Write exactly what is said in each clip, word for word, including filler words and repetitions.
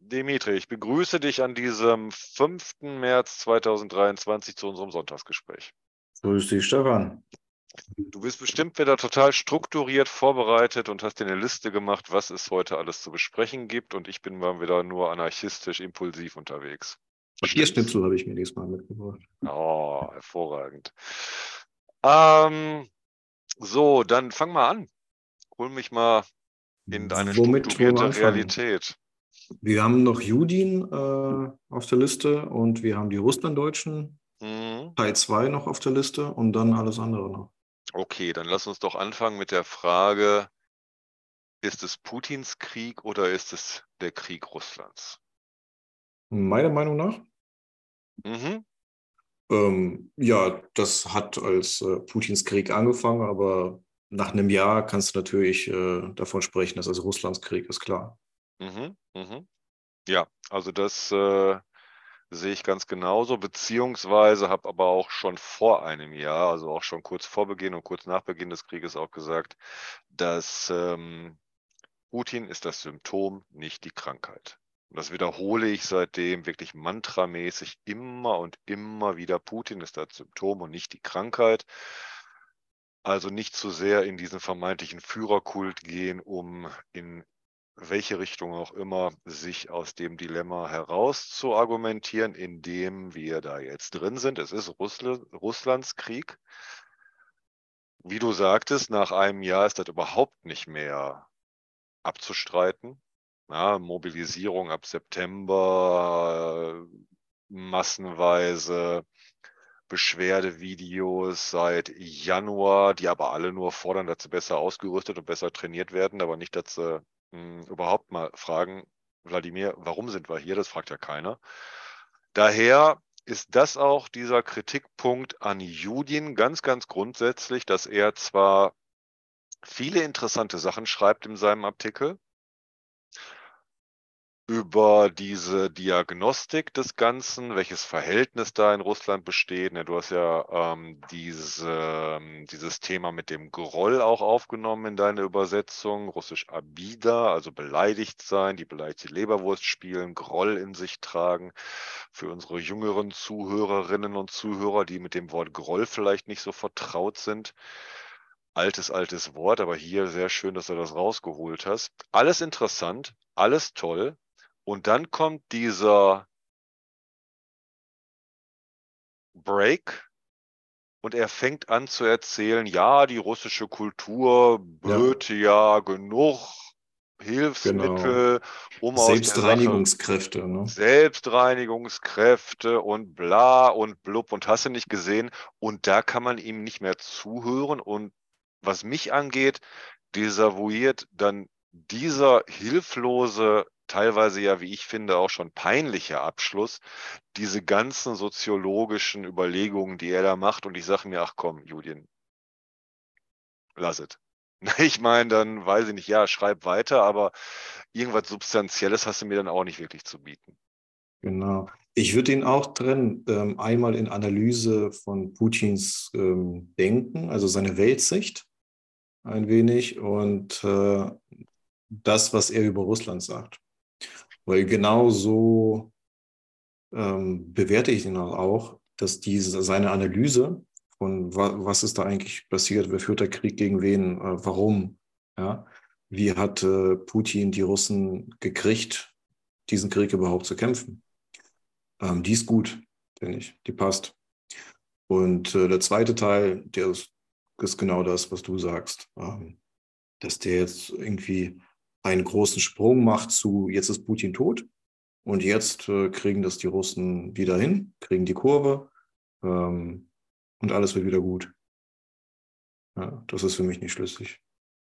Dimitri, ich begrüße dich an diesem fünften März zweitausenddreiundzwanzig zu unserem Sonntagsgespräch. Grüß dich, Stefan. Du bist bestimmt wieder total strukturiert vorbereitet und hast dir eine Liste gemacht, was es heute alles zu besprechen gibt, und ich bin mal wieder nur anarchistisch impulsiv unterwegs. Stimmt's? Papierschnipsel habe ich mir diesmal mitgebracht. Oh, hervorragend. Ähm, so, dann fang mal an. Hol mich mal in eine Womit wollen wir strukturierte anfangen? Realität. Wir haben noch Judin äh, auf der Liste und wir haben die Russlanddeutschen, Hm. Teil zwei noch auf der Liste und dann alles andere noch. Okay, dann lass uns doch anfangen mit der Frage: Ist es Putins Krieg oder ist es der Krieg Russlands? Meiner Meinung nach, Mhm. ähm, ja, das hat als äh, Putins Krieg angefangen, aber nach einem Jahr kannst du natürlich äh, davon sprechen, dass es Russlands Krieg ist, klar. Mhm. Mhm. Ja, also das äh, sehe ich ganz genauso, beziehungsweise habe aber auch schon vor einem Jahr, also auch schon kurz vor Beginn und kurz nach Beginn des Krieges auch gesagt, dass ähm, Putin ist das Symptom, nicht die Krankheit. Und das wiederhole ich seitdem wirklich mantramäßig immer und immer wieder. Putin ist das Symptom und nicht die Krankheit. Also nicht zu sehr in diesen vermeintlichen Führerkult gehen, um in welche Richtung auch immer sich aus dem Dilemma heraus zu argumentieren, in dem wir da jetzt drin sind. Es ist Russl Russlands Krieg. Wie du sagtest, nach einem Jahr ist das überhaupt nicht mehr abzustreiten. Ja, Mobilisierung ab September, massenweise Beschwerdevideos seit Januar, die aber alle nur fordern, dass sie besser ausgerüstet und besser trainiert werden, aber nicht, dass sie mh, überhaupt mal fragen: Wladimir, warum sind wir hier? Das fragt ja keiner. Daher ist das auch dieser Kritikpunkt an Judin ganz, ganz grundsätzlich, dass er zwar viele interessante Sachen schreibt in seinem Artikel über diese Diagnostik des Ganzen, welches Verhältnis da in Russland besteht. Ne, du hast ja ähm, diese, ähm, dieses Thema mit dem Groll auch aufgenommen in deiner Übersetzung, russisch Abida, also beleidigt sein, die beleidigte Leberwurst spielen, Groll in sich tragen. Für unsere jüngeren Zuhörerinnen und Zuhörer, die mit dem Wort Groll vielleicht nicht so vertraut sind. Altes, altes Wort, aber hier sehr schön, dass du das rausgeholt hast. Alles interessant, alles toll. Und dann kommt dieser Break und er fängt an zu erzählen, ja, die russische Kultur Ja, böte ja genug genau. Hilfsmittel, um aus der Sache Selbstreinigungskräfte, ne? Selbstreinigungskräfte und bla und blub und hast du nicht gesehen. Und da kann man ihm nicht mehr zuhören. Und was mich angeht, desavouiert dann dieser hilflose, teilweise ja, wie ich finde, auch schon peinliche Abschluss diese ganzen soziologischen Überlegungen, die er da macht. Und ich sage mir: Ach komm, Julian, lass es. Ich meine, dann weiß ich nicht, ja, schreib weiter, aber irgendwas Substanzielles hast du mir dann auch nicht wirklich zu bieten. Genau. Ich würde ihn auch trennen, ähm, einmal in Analyse von Putins ähm, Denken, also seine Weltsicht ein wenig und äh, das, was er über Russland sagt. Weil genau so ähm, bewerte ich ihn auch, dass diese, seine Analyse von wa was ist da eigentlich passiert, wer führt der Krieg gegen wen, äh, warum, ja, wie hat äh, Putin die Russen gekriegt, diesen Krieg überhaupt zu kämpfen. Ähm, die ist gut, finde ich, die passt. Und äh, der zweite Teil, der ist, ist genau das, was du sagst, ähm, dass der jetzt irgendwie einen großen Sprung macht zu, jetzt ist Putin tot und jetzt äh, kriegen das die Russen wieder hin, kriegen die Kurve ähm, und alles wird wieder gut. Ja, das ist für mich nicht schlüssig.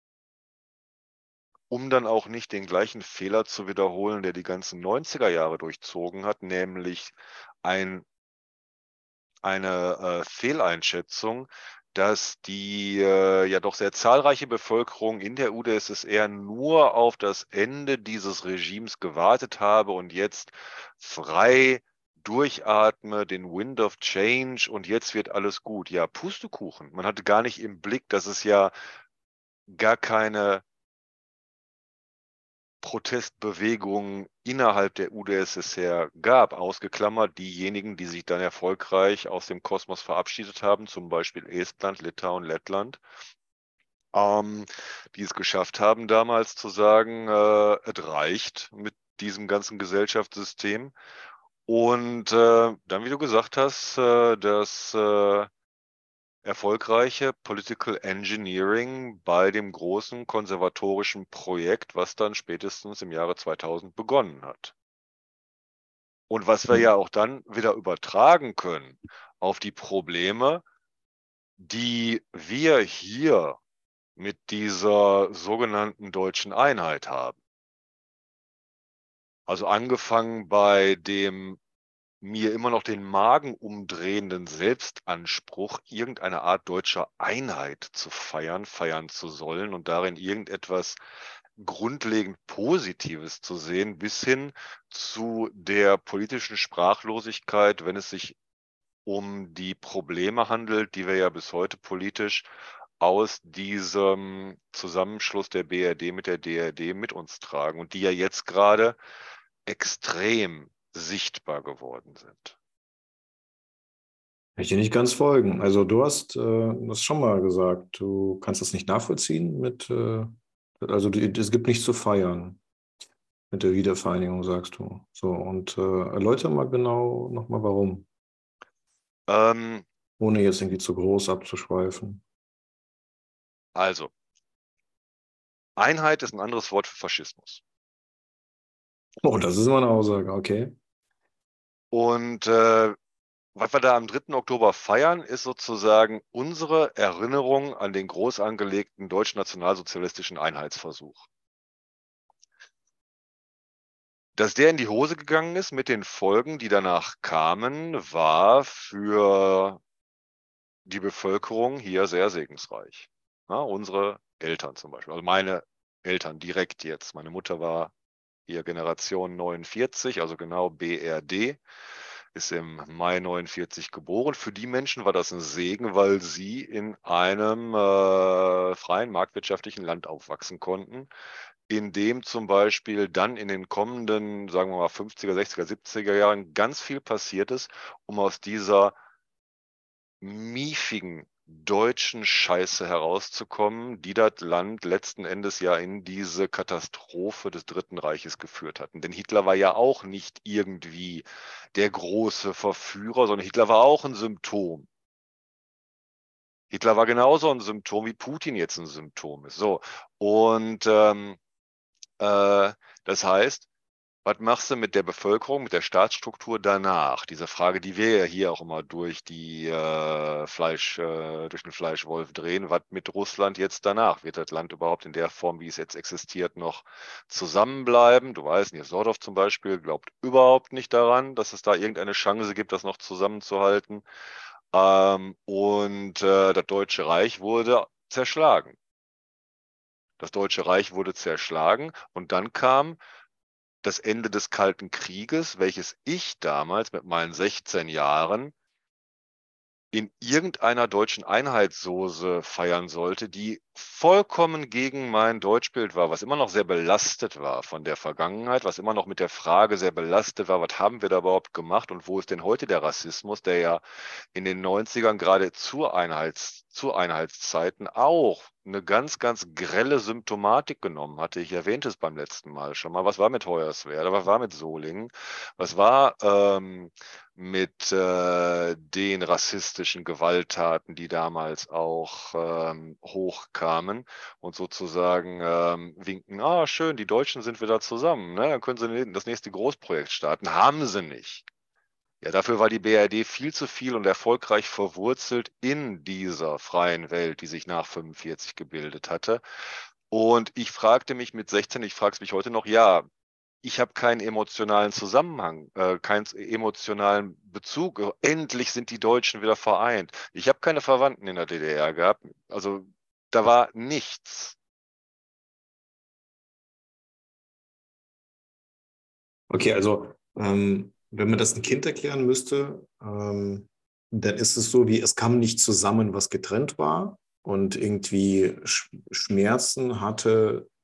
Um dann auch nicht den gleichen Fehler zu wiederholen, der die ganzen neunziger Jahre durchzogen hat, nämlich ein, eine äh, Fehleinschätzung, dass die äh, ja doch sehr zahlreiche Bevölkerung in der U d S S R nur auf das Ende dieses Regimes gewartet habe und jetzt frei durchatme, den Wind of Change und jetzt wird alles gut. Ja, Pustekuchen. Man hatte gar nicht im Blick, dass es ja gar keine Protestbewegungen innerhalb der U d S S R gab, ausgeklammert diejenigen, die sich dann erfolgreich aus dem Kosmos verabschiedet haben, zum Beispiel Estland, Litauen, Lettland, ähm, die es geschafft haben, damals zu sagen, äh, es reicht mit diesem ganzen Gesellschaftssystem. Und äh, dann, wie du gesagt hast, äh, das äh, erfolgreiche Political Engineering bei dem großen konservatorischen Projekt, was dann spätestens im Jahre zweitausend begonnen hat. Und was wir ja auch dann wieder übertragen können auf die Probleme, die wir hier mit dieser sogenannten deutschen Einheit haben. Also angefangen bei dem mir immer noch den Magen umdrehenden Selbstanspruch, irgendeine Art deutscher Einheit zu feiern, feiern zu sollen und darin irgendetwas grundlegend Positives zu sehen, bis hin zu der politischen Sprachlosigkeit, wenn es sich um die Probleme handelt, die wir ja bis heute politisch aus diesem Zusammenschluss der B R D mit der D R D mit uns tragen und die ja jetzt gerade extrem sichtbar geworden sind. Kann ich dir nicht ganz folgen. Also du hast äh, das schon mal gesagt, du kannst das nicht nachvollziehen mit, äh, also die, es gibt nichts zu feiern mit der Wiedervereinigung, sagst du. So, und äh, erläutere mal genau nochmal warum, Ähm, ohne jetzt irgendwie zu groß abzuschweifen. also, Einheit ist ein anderes Wort für Faschismus. Oh, das ist immer eine Aussage, okay. Und äh, was wir da am dritten Oktober feiern, ist sozusagen unsere Erinnerung an den groß angelegten deutsch-nationalsozialistischen Einheitsversuch. Dass der in die Hose gegangen ist mit den Folgen, die danach kamen, war für die Bevölkerung hier sehr segensreich. Ja, unsere Eltern zum Beispiel, also meine Eltern direkt jetzt. Meine Mutter war hier Generation neunundvierzig, also genau B R D, ist im Mai neunundvierzig geboren. Für die Menschen war das ein Segen, weil sie in einem äh, freien marktwirtschaftlichen Land aufwachsen konnten, in dem zum Beispiel dann in den kommenden, sagen wir mal, fünfziger, sechziger, siebziger Jahren ganz viel passiert ist, um aus dieser miefigen deutschen Scheiße herauszukommen, die das Land letzten Endes ja in diese Katastrophe des Dritten Reiches geführt hatten. Denn Hitler war ja auch nicht irgendwie der große Verführer, sondern Hitler war auch ein Symptom. Hitler war genauso ein Symptom, wie Putin jetzt ein Symptom ist. So. Und ähm, äh, das heißt, was machst du mit der Bevölkerung, mit der Staatsstruktur danach? Diese Frage, die wir ja hier auch immer durch die äh, Fleisch, äh, durch den Fleischwolf drehen. Was mit Russland jetzt danach? Wird das Land überhaupt in der Form, wie es jetzt existiert, noch zusammenbleiben? Du weißt, Nils Nordhoff zum Beispiel glaubt überhaupt nicht daran, dass es da irgendeine Chance gibt, das noch zusammenzuhalten. Ähm, und äh, das Deutsche Reich wurde zerschlagen. Das Deutsche Reich wurde zerschlagen und dann kam das Ende des Kalten Krieges, welches ich damals mit meinen sechzehn Jahren in irgendeiner deutschen Einheitssoße feiern sollte, die vollkommen gegen mein Deutschbild war, was immer noch sehr belastet war von der Vergangenheit, was immer noch mit der Frage sehr belastet war, was haben wir da überhaupt gemacht und wo ist denn heute der Rassismus, der ja in den neunzigern gerade zur Einheits, zu Einheitszeiten auch eine ganz, ganz grelle Symptomatik genommen hatte. Ich erwähnte es beim letzten Mal schon mal. Was war mit Hoyerswerda? Was war mit Solingen? Was war ähm, mit äh, den rassistischen Gewalttaten, die damals auch ähm, hochkamen und sozusagen ähm, winken, ah schön, die Deutschen sind wieder zusammen, ne? Dann können sie das nächste Großprojekt starten. Haben sie nicht. Ja, dafür war die B R D viel zu viel und erfolgreich verwurzelt in dieser freien Welt, die sich nach fünfundvierzig gebildet hatte. Und ich fragte mich mit sechzehn, ich frage es mich heute noch, ja, ich habe keinen emotionalen Zusammenhang, äh, keinen emotionalen Bezug. Endlich sind die Deutschen wieder vereint. Ich habe keine Verwandten in der D D R gehabt. Also da war nichts. Okay, also ähm, wenn man das ein Kind erklären müsste, ähm, dann ist es so, wie es kam nicht zusammen, was getrennt war und irgendwie Sch Schmerzen hatte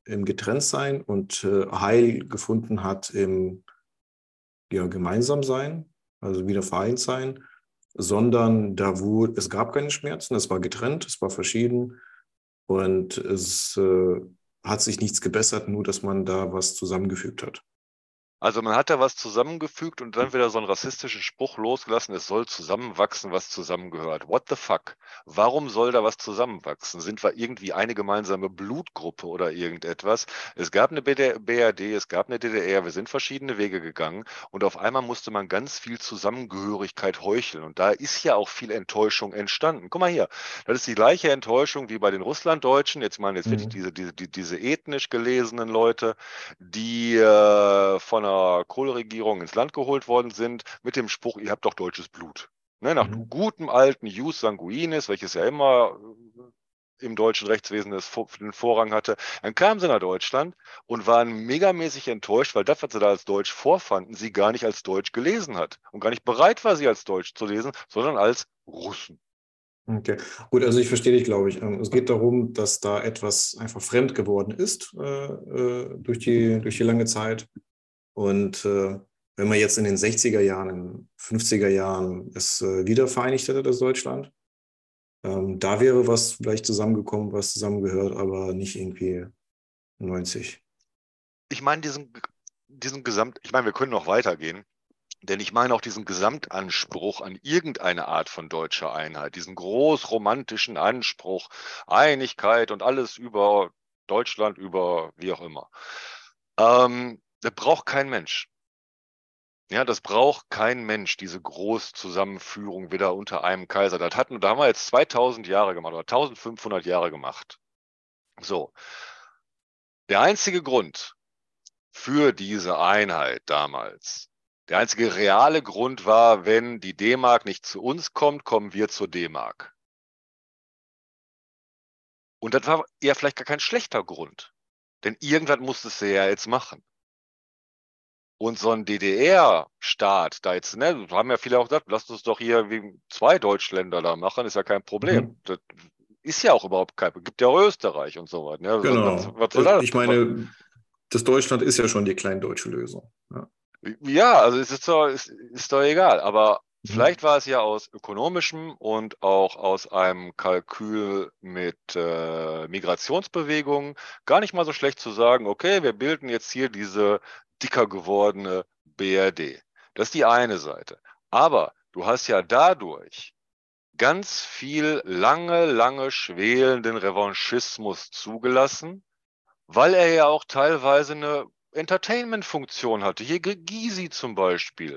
im Getrenntsein und äh, Heil gefunden hat im ja, Gemeinsamsein, also wieder vereint sein, sondern da wurde, es gab keine Schmerzen, es war getrennt, es war verschieden und es äh, hat sich nichts gebessert, nur dass man da was zusammengefügt hat. Also man hat da was zusammengefügt und dann wieder so einen rassistischen Spruch losgelassen, es soll zusammenwachsen, was zusammengehört. What the fuck? Warum soll da was zusammenwachsen? Sind wir irgendwie eine gemeinsame Blutgruppe oder irgendetwas? Es gab eine B R D, es gab eine D D R, wir sind verschiedene Wege gegangen und auf einmal musste man ganz viel Zusammengehörigkeit heucheln. Und da ist ja auch viel Enttäuschung entstanden. Guck mal hier, das ist die gleiche Enttäuschung wie bei den Russlanddeutschen. Jetzt meine jetzt wirklich Mhm. diese, diese, die- diese ethnisch gelesenen Leute, die äh, von einer Kohleregierung ins Land geholt worden sind, mit dem Spruch, ihr habt doch deutsches Blut. Ne, nach Mhm. gutem alten Jus sanguinis, welches ja immer äh, im deutschen Rechtswesen das, den Vorrang hatte, dann kamen sie nach Deutschland und waren megamäßig enttäuscht, weil das, was sie da als Deutsch vorfanden, sie gar nicht als Deutsch gelesen hat und gar nicht bereit war, sie als Deutsch zu lesen, sondern als Russen. Okay, gut, also ich verstehe dich, glaube ich. Ähm, Es geht darum, dass da etwas einfach fremd geworden ist äh, äh, durch die, durch die lange Zeit. Und äh, wenn man jetzt in den sechziger Jahren, in den fünfziger Jahren es äh, wieder vereinigt hätte, das Deutschland, ähm, da wäre was vielleicht zusammengekommen, was zusammengehört, aber nicht irgendwie neunzig. Ich meine, diesen, diesen Gesamt, ich meine, wir können noch weitergehen. Denn ich meine auch diesen Gesamtanspruch an irgendeine Art von deutscher Einheit, diesen großromantischen Anspruch, Einigkeit und alles über Deutschland, über wie auch immer. Ähm, das braucht kein Mensch. Ja, das braucht kein Mensch, diese Großzusammenführung wieder unter einem Kaiser. Das hatten, da haben wir jetzt zweitausend Jahre gemacht oder tausendfünfhundert Jahre gemacht. So, der einzige Grund für diese Einheit damals, der einzige reale Grund war, wenn die D-Mark nicht zu uns kommt, kommen wir zur D-Mark. Und das war eher vielleicht gar kein schlechter Grund. Denn irgendwas musstest du ja jetzt machen. Und so ein D D R-Staat, da jetzt, ne, haben ja viele auch gesagt, lasst uns doch hier wegen zwei Deutschländer da machen, ist ja kein Problem. Mhm. Das ist ja auch überhaupt kein Problem. Gibt ja auch Österreich und so was. Ne? Was, was, Genau. was soll Äh, das? Ich Was, meine, das Deutschland ist ja schon die kleindeutsche Lösung. Ja. ja, also es ist doch, ist, ist doch egal. Aber Mhm. vielleicht war es ja aus ökonomischem und auch aus einem Kalkül mit äh, Migrationsbewegungen gar nicht mal so schlecht zu sagen, okay, wir bilden jetzt hier diese dicker gewordene B R D. Das ist die eine Seite. Aber du hast ja dadurch ganz viel lange, lange schwelenden Revanchismus zugelassen, weil er ja auch teilweise eine Entertainment-Funktion hatte. Hier Gysi zum Beispiel.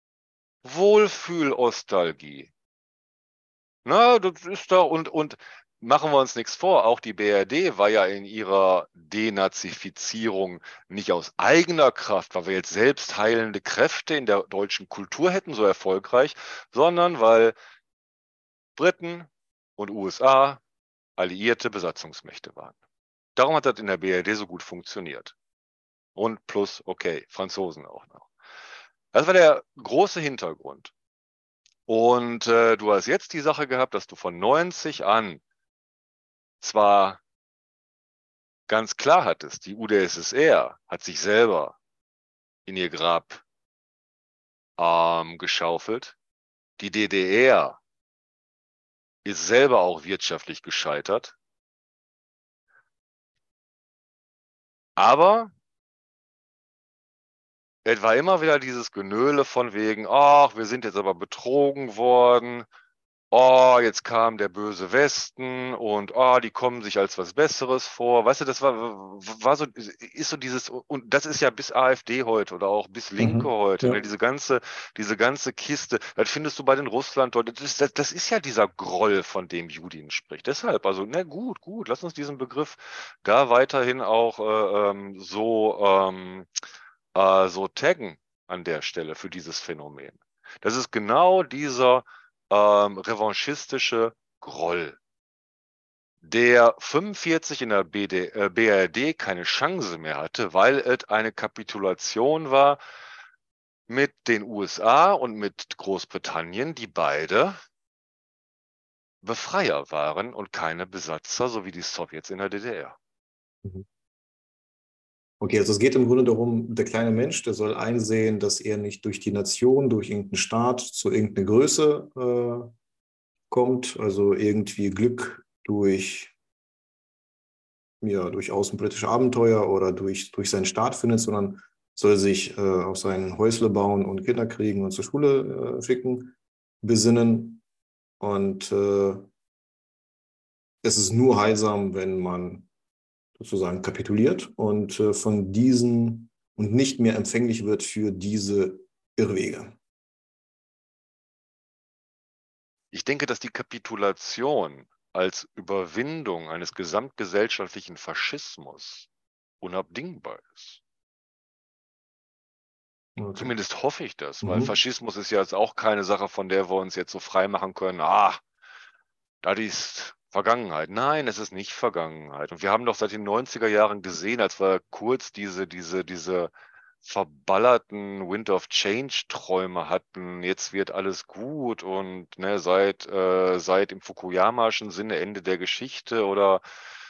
Wohlfühl-Ostalgie. Na, das ist da und, und machen wir uns nichts vor, auch die B R D war ja in ihrer Denazifizierung nicht aus eigener Kraft, weil wir jetzt selbst heilende Kräfte in der deutschen Kultur hätten, so erfolgreich, sondern weil Briten und U S A alliierte Besatzungsmächte waren. Darum hat das in der B R D so gut funktioniert. Und plus, okay, Franzosen auch noch. Das war der große Hintergrund. Und äh, du hast jetzt die Sache gehabt, dass du von neunzig an zwar ganz klar hattest, die U d S S R hat sich selber in ihr Grab ähm, geschaufelt. Die D D R ist selber auch wirtschaftlich gescheitert. Aber es war immer wieder dieses Genöle von wegen, ach, wir sind jetzt aber betrogen worden. Oh, jetzt kam der böse Westen und oh, die kommen sich als was Besseres vor. Weißt du, das war, war so, ist so dieses, und das ist ja bis AfD heute oder auch bis Linke Mhm. heute, ne, Ja. diese ganze, diese ganze Kiste, das findest du bei den Russland, das ist, das, das ist ja dieser Groll, von dem Judin spricht. Deshalb, also, na gut, gut, lass uns diesen Begriff da weiterhin auch äh, ähm, so, ähm, äh, so taggen an der Stelle für dieses Phänomen. Das ist genau dieser ähm, revanchistische Groll, der fünfundvierzig in der B D, äh, B R D keine Chance mehr hatte, weil es eine Kapitulation war mit den U S A und mit Großbritannien, die beide Befreier waren und keine Besatzer, so wie die Sowjets in der D D R. Mhm. Okay, also es geht im Grunde darum, der kleine Mensch, der soll einsehen, dass er nicht durch die Nation, durch irgendeinen Staat zu irgendeiner Größe äh, kommt, also irgendwie Glück durch, ja, durch außenpolitische Abenteuer oder durch, durch seinen Staat findet, sondern soll sich äh, auf sein Häusle bauen und Kinder kriegen und zur Schule äh, schicken, besinnen. Und äh, es ist nur heilsam, wenn man sozusagen kapituliert und äh, von diesen und nicht mehr empfänglich wird für diese Irrwege. Ich denke, dass die Kapitulation als Überwindung eines gesamtgesellschaftlichen Faschismus unabdingbar ist. Okay. Zumindest hoffe ich das, weil Mhm. Faschismus ist ja jetzt auch keine Sache, von der wir uns jetzt so frei machen können. Ah, das ist Vergangenheit. Nein, es ist nicht Vergangenheit. Und wir haben doch seit den neunziger Jahren gesehen, als wir kurz diese, diese, diese verballerten Wind of Change-Träume hatten, jetzt wird alles gut und ne, seit, äh, seit im Fukuyamaschen Sinne Ende der Geschichte oder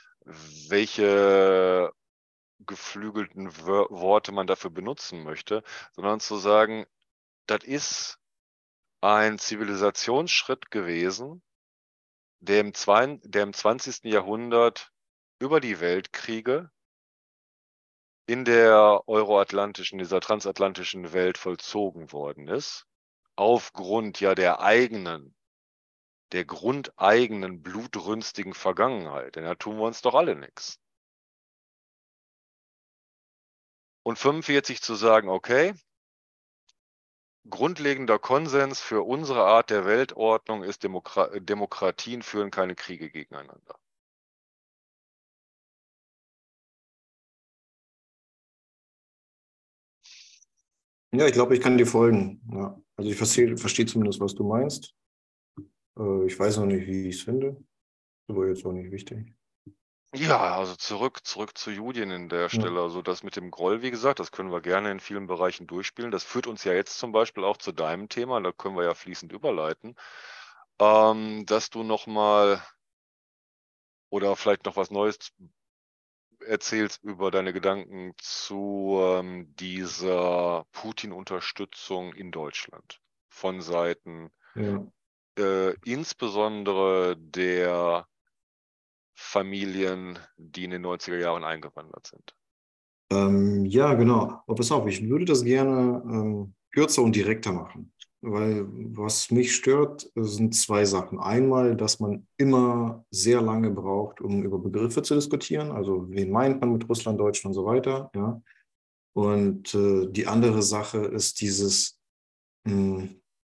welche geflügelten Wör Worte man dafür benutzen möchte, sondern zu sagen, das ist ein Zivilisationsschritt gewesen, der im, zwei, der im zwanzigsten Jahrhundert über die Weltkriege in der euroatlantischen, dieser transatlantischen Welt vollzogen worden ist, aufgrund ja der eigenen, der grundeigenen blutrünstigen Vergangenheit. Denn da tun wir uns doch alle nichts. Und fünfundvierzig zu sagen, okay, grundlegender Konsens für unsere Art der Weltordnung ist, Demokra Demokratien führen keine Kriege gegeneinander. Ja, ich glaube, ich kann dir folgen. Ja. Also ich verstehe, verstehe zumindest, was du meinst. Äh, ich weiß noch nicht, wie ich es finde. Aber jetzt auch nicht wichtig. Ja, also zurück, zurück zu Judien in der Ja. Stelle. Also das mit dem Groll, wie gesagt, das können wir gerne in vielen Bereichen durchspielen. Das führt uns ja jetzt zum Beispiel auch zu deinem Thema, da können wir ja fließend überleiten, ähm, dass du nochmal oder vielleicht noch was Neues erzählst über deine Gedanken zu ähm, dieser Putin-Unterstützung in Deutschland von Seiten Ja. äh, insbesondere der Familien, die in den neunziger Jahren eingewandert sind. Ähm, ja, genau. Aber pass auf, ich würde das gerne ähm, kürzer und direkter machen. Weil was mich stört, sind zwei Sachen. Einmal, dass man immer sehr lange braucht, um über Begriffe zu diskutieren. Also wen meint man mit Russland, Deutschland und so weiter. Ja. Und äh, die andere Sache ist dieses, mh,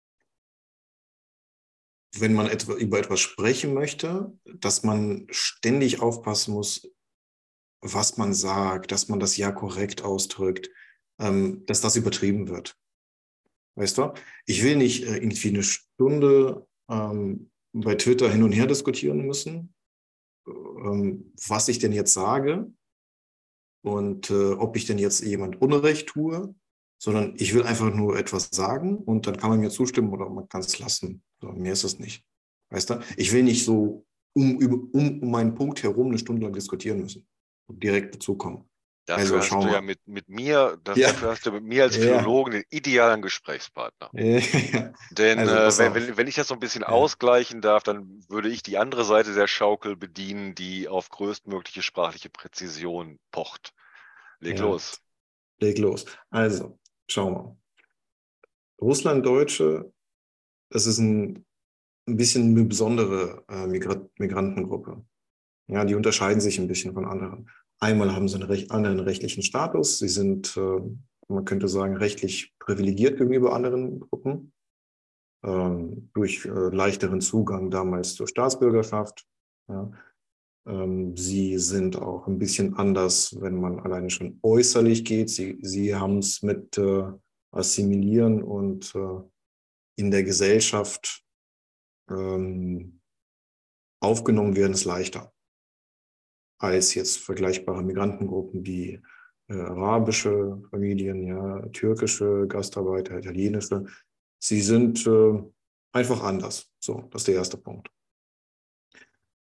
wenn man etwa, über etwas sprechen möchte, dass man ständig aufpassen muss, was man sagt, dass man das ja korrekt ausdrückt, ähm, dass das übertrieben wird. Weißt du? Ich will nicht äh, irgendwie eine Stunde ähm, bei Twitter hin und her diskutieren müssen, ähm, was ich denn jetzt sage und äh, ob ich denn jetzt jemand Unrecht tue, sondern ich will einfach nur etwas sagen und dann kann man mir zustimmen oder man kann es lassen. So, mir ist es nicht. Weißt du? Ich will nicht so um, um, um meinen Punkt herum eine Stunde lang diskutieren müssen und direkt dazu kommen. Also Dafür hast schau du ja mal. mit, mit mir, das, Ja, dafür hast du mit mir als ja, Philologen den idealen Gesprächspartner. ja. Denn Also äh, pass wenn, auf. wenn, wenn ich das so ein bisschen Ja, ausgleichen darf, dann würde ich die andere Seite der Schaukel bedienen, die auf größtmögliche sprachliche Präzision pocht. Leg ja, los. leg los. Also, schau mal. Russlanddeutsche, das ist ein, ein bisschen eine besondere äh, Migra Migrantengruppe. Ja, die unterscheiden sich ein bisschen von anderen. Einmal haben sie einen recht, anderen rechtlichen Status. Sie sind, äh, man könnte sagen, rechtlich privilegiert gegenüber anderen Gruppen, ähm, durch äh, leichteren Zugang damals zur Staatsbürgerschaft. Ja. Ähm, sie sind auch ein bisschen anders, wenn man alleine schon äußerlich geht. Sie, sie haben es mit äh, Assimilieren und äh, in der Gesellschaft ähm, aufgenommen werden, ist leichter als jetzt vergleichbare Migrantengruppen wie äh, arabische Familien, ja, türkische Gastarbeiter, italienische. Sie sind äh, einfach anders. So, das ist der erste Punkt.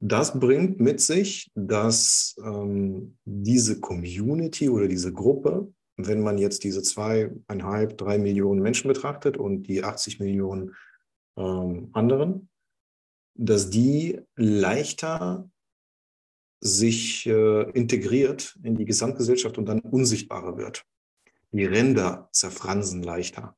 Das bringt mit sich, dass ähm, diese Community oder diese Gruppe, wenn man jetzt diese zweieinhalb, drei Millionen Menschen betrachtet und die achtzig Millionen ähm, anderen, dass die leichter sich äh, integriert in die Gesamtgesellschaft und dann unsichtbarer wird. Die Ränder zerfransen leichter.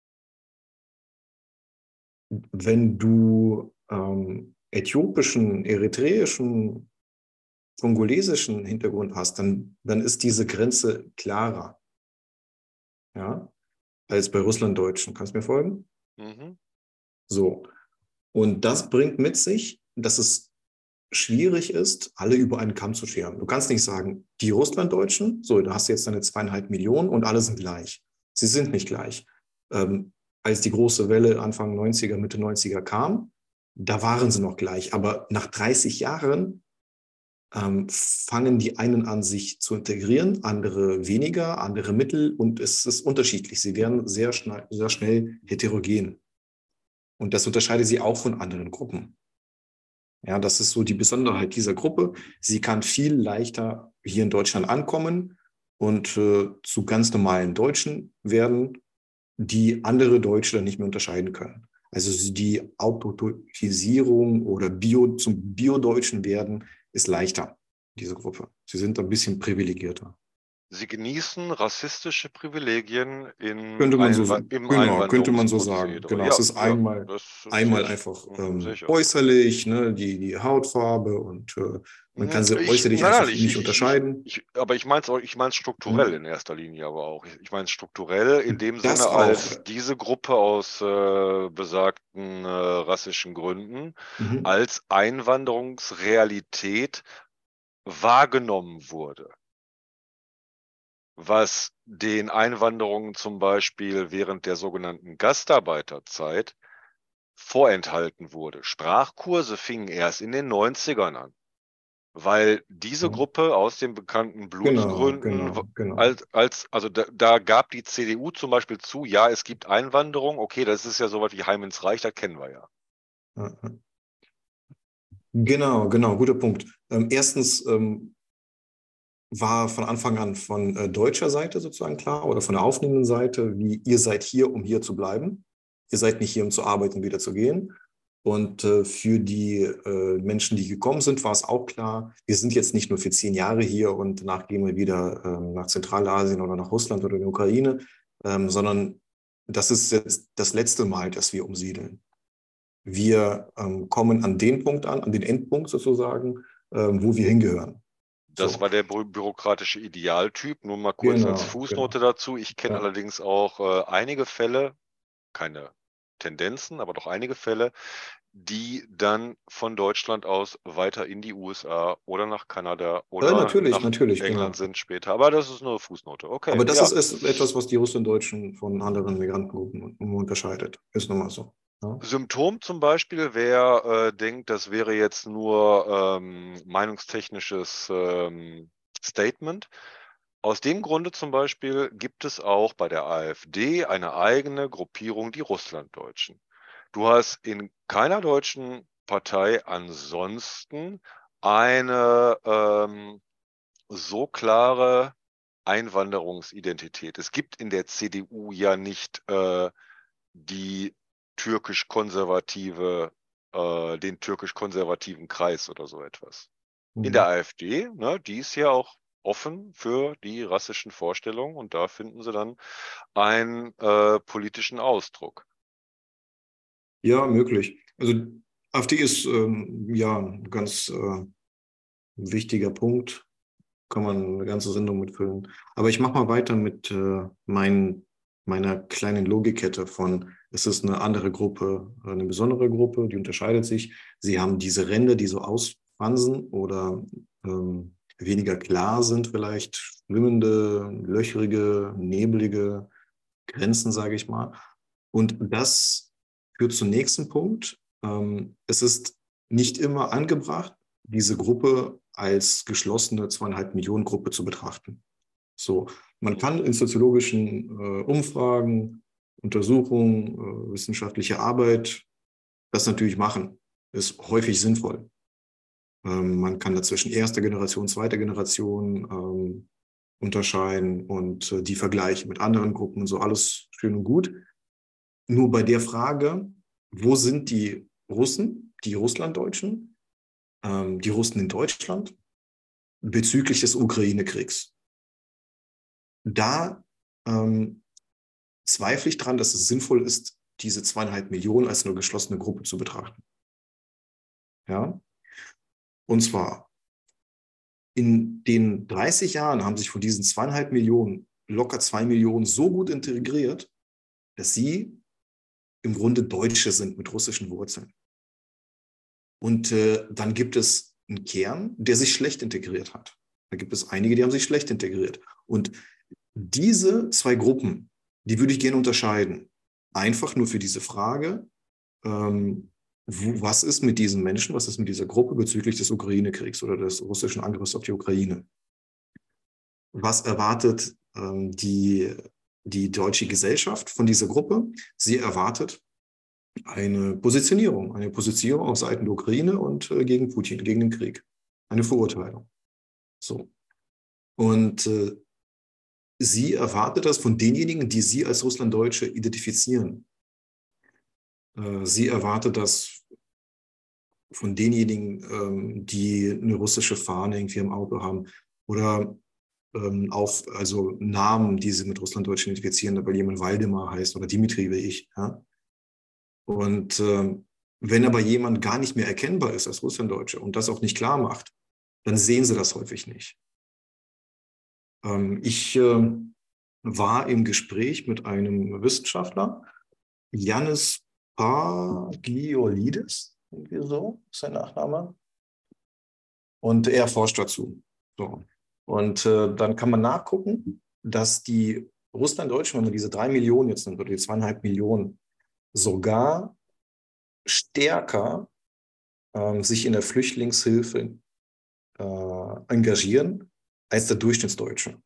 Wenn du ähm, äthiopischen, eritreischen, kongolesischen Hintergrund hast, dann, dann ist diese Grenze klarer, ja, als bei Russlanddeutschen. Kannst du mir folgen? Mhm. So. Und das bringt mit sich, dass es schwierig ist, alle über einen Kamm zu scheren. Du kannst nicht sagen, die Russlanddeutschen, so, da hast du jetzt deine zweieinhalb Millionen und alle sind gleich. Sie sind nicht gleich. Ähm, als die große Welle Anfang neunziger, Mitte neunziger kam, da waren sie noch gleich. Aber nach dreißig Jahren ähm, fangen die einen an, sich zu integrieren, andere weniger, andere mittel und es ist unterschiedlich. Sie werden sehr schnell, sehr schnell heterogen. Und das unterscheidet sie auch von anderen Gruppen. Ja, das ist so die Besonderheit dieser Gruppe. Sie kann viel leichter hier in Deutschland ankommen und äh, zu ganz normalen Deutschen werden, die andere Deutsche dann nicht mehr unterscheiden können. Also die Automatisierung oder Bio, zum Biodeutschen werden ist leichter, diese Gruppe. Sie sind ein bisschen privilegierter. Sie genießen rassistische Privilegien in Könnte man so, Einwa im genau, könnte man so sagen. Einwanderungsprozedere. Genau, es Ja, ist ja, einmal, das sehe einmal ich. einfach Mhm, sehe ähm, ich auch so. äußerlich, ne, die, die Hautfarbe und äh, man Mhm. kann sie Ich, äußerlich nein, nein, einfach ich, nicht ich, ich, ich, unterscheiden. ich, aber ich meine es auch, ich meine es strukturell Mhm. in erster Linie aber auch. Ich, ich meine es strukturell in dem Das Sinne, auch. als diese Gruppe aus äh, besagten äh, rassischen Gründen Mhm. als Einwanderungsrealität wahrgenommen wurde, was den Einwanderungen zum Beispiel während der sogenannten Gastarbeiterzeit vorenthalten wurde. Sprachkurse fingen erst in den neunzigern an, weil diese Ja. Gruppe aus den bekannten Genau, Blutsgründen genau, genau. als, als also da, da gab die C D U zum Beispiel zu, ja, es gibt Einwanderung, okay, das ist ja sowas wie Heim ins Reich, das kennen wir ja. Ja, ja. Genau, genau, guter Punkt. Ähm, erstens ähm, war von Anfang an von äh, deutscher Seite sozusagen klar oder von der aufnehmenden Seite, wie ihr seid hier, um hier zu bleiben. Ihr seid nicht hier, um zu arbeiten und wieder zu gehen. Und äh, für die äh, Menschen, die gekommen sind, war es auch klar, wir sind jetzt nicht nur für zehn Jahre hier und danach gehen wir wieder ähm, nach Zentralasien oder nach Russland oder in die Ukraine, ähm, sondern das ist jetzt das letzte Mal, dass wir umsiedeln. Wir ähm, kommen an den Punkt an, an den Endpunkt sozusagen, ähm, wo wir hingehören. Das So, war der bü bürokratische Idealtyp. Nur mal kurz als genau, genau. Fußnote dazu. Ich kenne Ja. allerdings auch äh, einige Fälle, keine Tendenzen, aber doch einige Fälle, die dann von Deutschland aus weiter in die U S A oder nach Kanada Äh, oder natürlich, nach natürlich, England genau. sind später. Aber das ist nur eine Fußnote. Okay, Aber das ist, ja. ist etwas, was die Russlanddeutschen von anderen Migrantengruppen unterscheidet. Ist nun mal so. Ja. Symptom zum Beispiel, wer äh, denkt, das wäre jetzt nur ähm, meinungstechnisches ähm, Statement. Aus dem Grunde zum Beispiel gibt es auch bei der AfD eine eigene Gruppierung, die Russlanddeutschen. Du hast in keiner deutschen Partei ansonsten eine ähm, so klare Einwanderungsidentität. Es gibt in der C D U ja nicht äh, die türkisch-konservative, äh, den türkisch-konservativen Kreis oder so etwas. In der Mhm. AfD, ne, die ist ja auch offen für die rassischen Vorstellungen und da finden sie dann einen äh, politischen Ausdruck. Ja, möglich. Also AfD ist ähm, ja ein ganz äh, wichtiger Punkt. Kann man eine ganze Sendung mitfüllen. Aber ich mache mal weiter mit äh, mein, meiner kleinen Logikkette von, es ist eine andere Gruppe, eine besondere Gruppe, die unterscheidet sich. Sie haben diese Ränder, die so ausfransen oder ähm, weniger klar sind vielleicht, schwimmende, löchrige, nebelige Grenzen, sage ich mal. Und das führt zum nächsten Punkt. Ähm, es ist nicht immer angebracht, diese Gruppe als geschlossene zweieinhalb Millionen Gruppe zu betrachten. So, man Mhm. kann in soziologischen äh, Umfragen, Untersuchungen, äh, wissenschaftliche Arbeit das natürlich machen. Ist häufig sinnvoll. Ähm, man kann dazwischen erster Generation, zweiter Generation ähm, unterscheiden und äh, die Vergleiche mit anderen Gruppen und so, alles schön und gut. Nur bei der Frage, wo sind die Russen, die Russlanddeutschen, ähm, die Russen in Deutschland bezüglich des Ukraine-Kriegs? Da ähm, zweifle ich dran, dass es sinnvoll ist, diese zweieinhalb Millionen als eine geschlossene Gruppe zu betrachten. Ja? Und zwar, in den dreißig Jahren haben sich von diesen zweieinhalb Millionen locker zwei Millionen so gut integriert, dass sie im Grunde Deutsche sind mit russischen Wurzeln. Und äh, dann gibt es einen Kern, der sich schlecht integriert hat. Da gibt es einige, die haben sich schlecht integriert. Und diese zwei Gruppen, die würde ich gerne unterscheiden. Einfach nur für diese Frage, ähm, wo, was ist mit diesen Menschen, was ist mit dieser Gruppe bezüglich des Ukraine-Kriegs oder des russischen Angriffs auf die Ukraine? Was erwartet ähm, die, die deutsche Gesellschaft von dieser Gruppe? Sie erwartet eine Positionierung, eine Positionierung auf Seiten der Ukraine und äh, gegen Putin, gegen den Krieg. Eine Verurteilung. So. Und äh, sie erwartet das von denjenigen, die sie als Russlanddeutsche identifizieren. Äh, sie erwartet das von denjenigen, ähm, die eine russische Fahne irgendwie im Auto haben oder ähm, auf, also Namen, die sie mit Russlanddeutschen identifizieren, weil jemand Waldemar heißt oder Dimitri wie ich. Ja? Und ähm, wenn aber jemand gar nicht mehr erkennbar ist als Russlanddeutsche und das auch nicht klar macht, dann sehen sie das häufig nicht. Ähm, ich äh, war im Gespräch mit einem Wissenschaftler, Yannis Pagliolidis, irgendwie so ist sein Nachname, und er forscht dazu. So. Und äh, dann kann man nachgucken, dass die Russlanddeutschen, wenn man diese drei Millionen jetzt nimmt, oder die zweieinhalb Millionen, sogar stärker ähm, sich in der Flüchtlingshilfe äh, engagieren als der Durchschnittsdeutsche.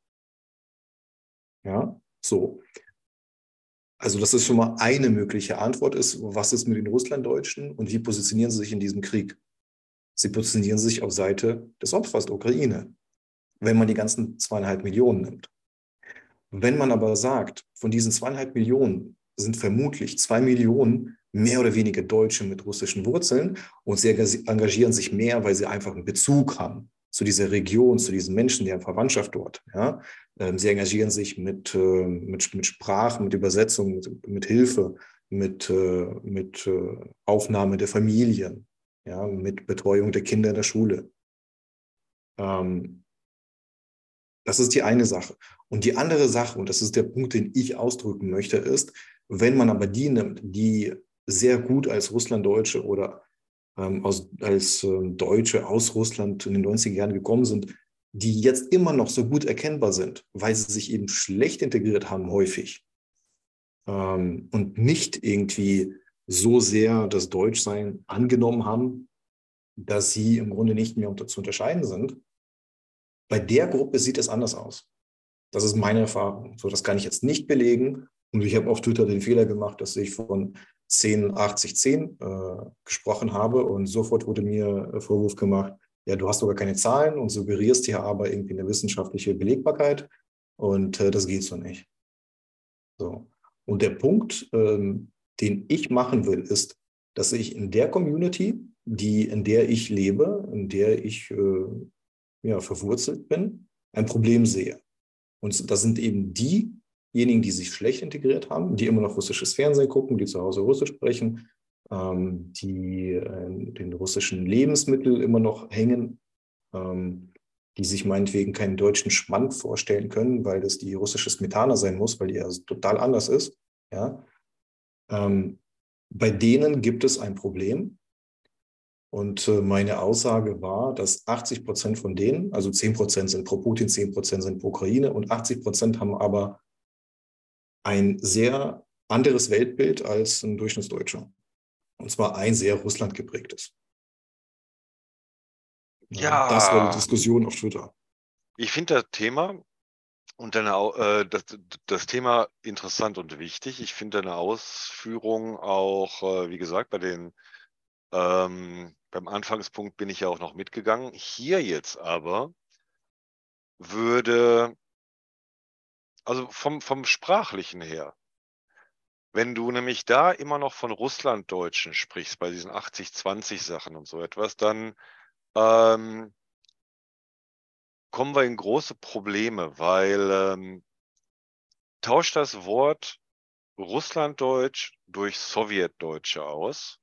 Ja, so. Also das ist schon mal eine mögliche Antwort ist, was ist mit den Russlanddeutschen und wie positionieren sie sich in diesem Krieg? Sie positionieren sich auf Seite des Opfers der Ukraine, wenn man die ganzen zweieinhalb Millionen nimmt. Wenn man aber sagt, von diesen zweieinhalb Millionen sind vermutlich zwei Millionen mehr oder weniger Deutsche mit russischen Wurzeln und sie engagieren sich mehr, weil sie einfach einen Bezug haben zu dieser Region, zu diesen Menschen, deren Verwandtschaft dort. Ja? Sie engagieren sich mit, mit, mit Sprache, mit Übersetzung, mit, mit Hilfe, mit, mit Aufnahme der Familien, ja? Mit Betreuung der Kinder in der Schule. Ähm, Das ist die eine Sache. Und die andere Sache, und das ist der Punkt, den ich ausdrücken möchte, ist, wenn man aber die nimmt, die sehr gut als Russlanddeutsche oder ähm, aus, als äh, Deutsche aus Russland in den neunziger Jahren gekommen sind, die jetzt immer noch so gut erkennbar sind, weil sie sich eben schlecht integriert haben, häufig. Ähm, und nicht irgendwie so sehr das Deutschsein angenommen haben, dass sie im Grunde nicht mehr unter, zu unterscheiden sind. Bei der Gruppe sieht es anders aus. Das ist meine Erfahrung. So, das kann ich jetzt nicht belegen. Und ich habe auf Twitter den Fehler gemacht, dass ich von zehn, achtzig, zehn äh, gesprochen habe. Und sofort wurde mir äh, Vorwurf gemacht, ja, du hast sogar keine Zahlen und suggerierst hier aber irgendwie eine wissenschaftliche Belegbarkeit. Und äh, das geht so nicht. So. Und der Punkt, ähm, den ich machen will, ist, dass ich in der Community, die, in der ich lebe, in der ich äh, ja, verwurzelt bin, ein Problem sehe. Und das sind eben diejenigen, die sich schlecht integriert haben, die immer noch russisches Fernsehen gucken, die zu Hause Russisch sprechen, ähm, die äh, den russischen Lebensmittel immer noch hängen, ähm, die sich meinetwegen keinen deutschen Schmand vorstellen können, weil das die russische Smetana sein muss, weil die ja total anders ist. Ja? Ähm, bei denen gibt es ein Problem. Und äh, meine Aussage war, dass achtzig Prozent von denen, also zehn Prozent sind pro Putin, zehn Prozent sind pro Ukraine und achtzig Prozent haben aber ein sehr anderes Weltbild als ein Durchschnittsdeutscher. Und zwar ein sehr Russland geprägtes. Ja, das war die Ja, Diskussion auf Twitter. ich finde das Thema und deine, Au- äh, das, das Thema interessant und wichtig. Ich finde deine Ausführung auch, äh, wie gesagt, bei den, ähm, beim Anfangspunkt bin ich ja auch noch mitgegangen. Hier jetzt aber würde, also vom, vom Sprachlichen her, wenn du nämlich da immer noch von Russlanddeutschen sprichst, bei diesen achtzig zwanzig Sachen und so etwas, dann ähm, kommen wir in große Probleme, weil ähm, tausch das Wort Russlanddeutsch durch Sowjetdeutsche aus,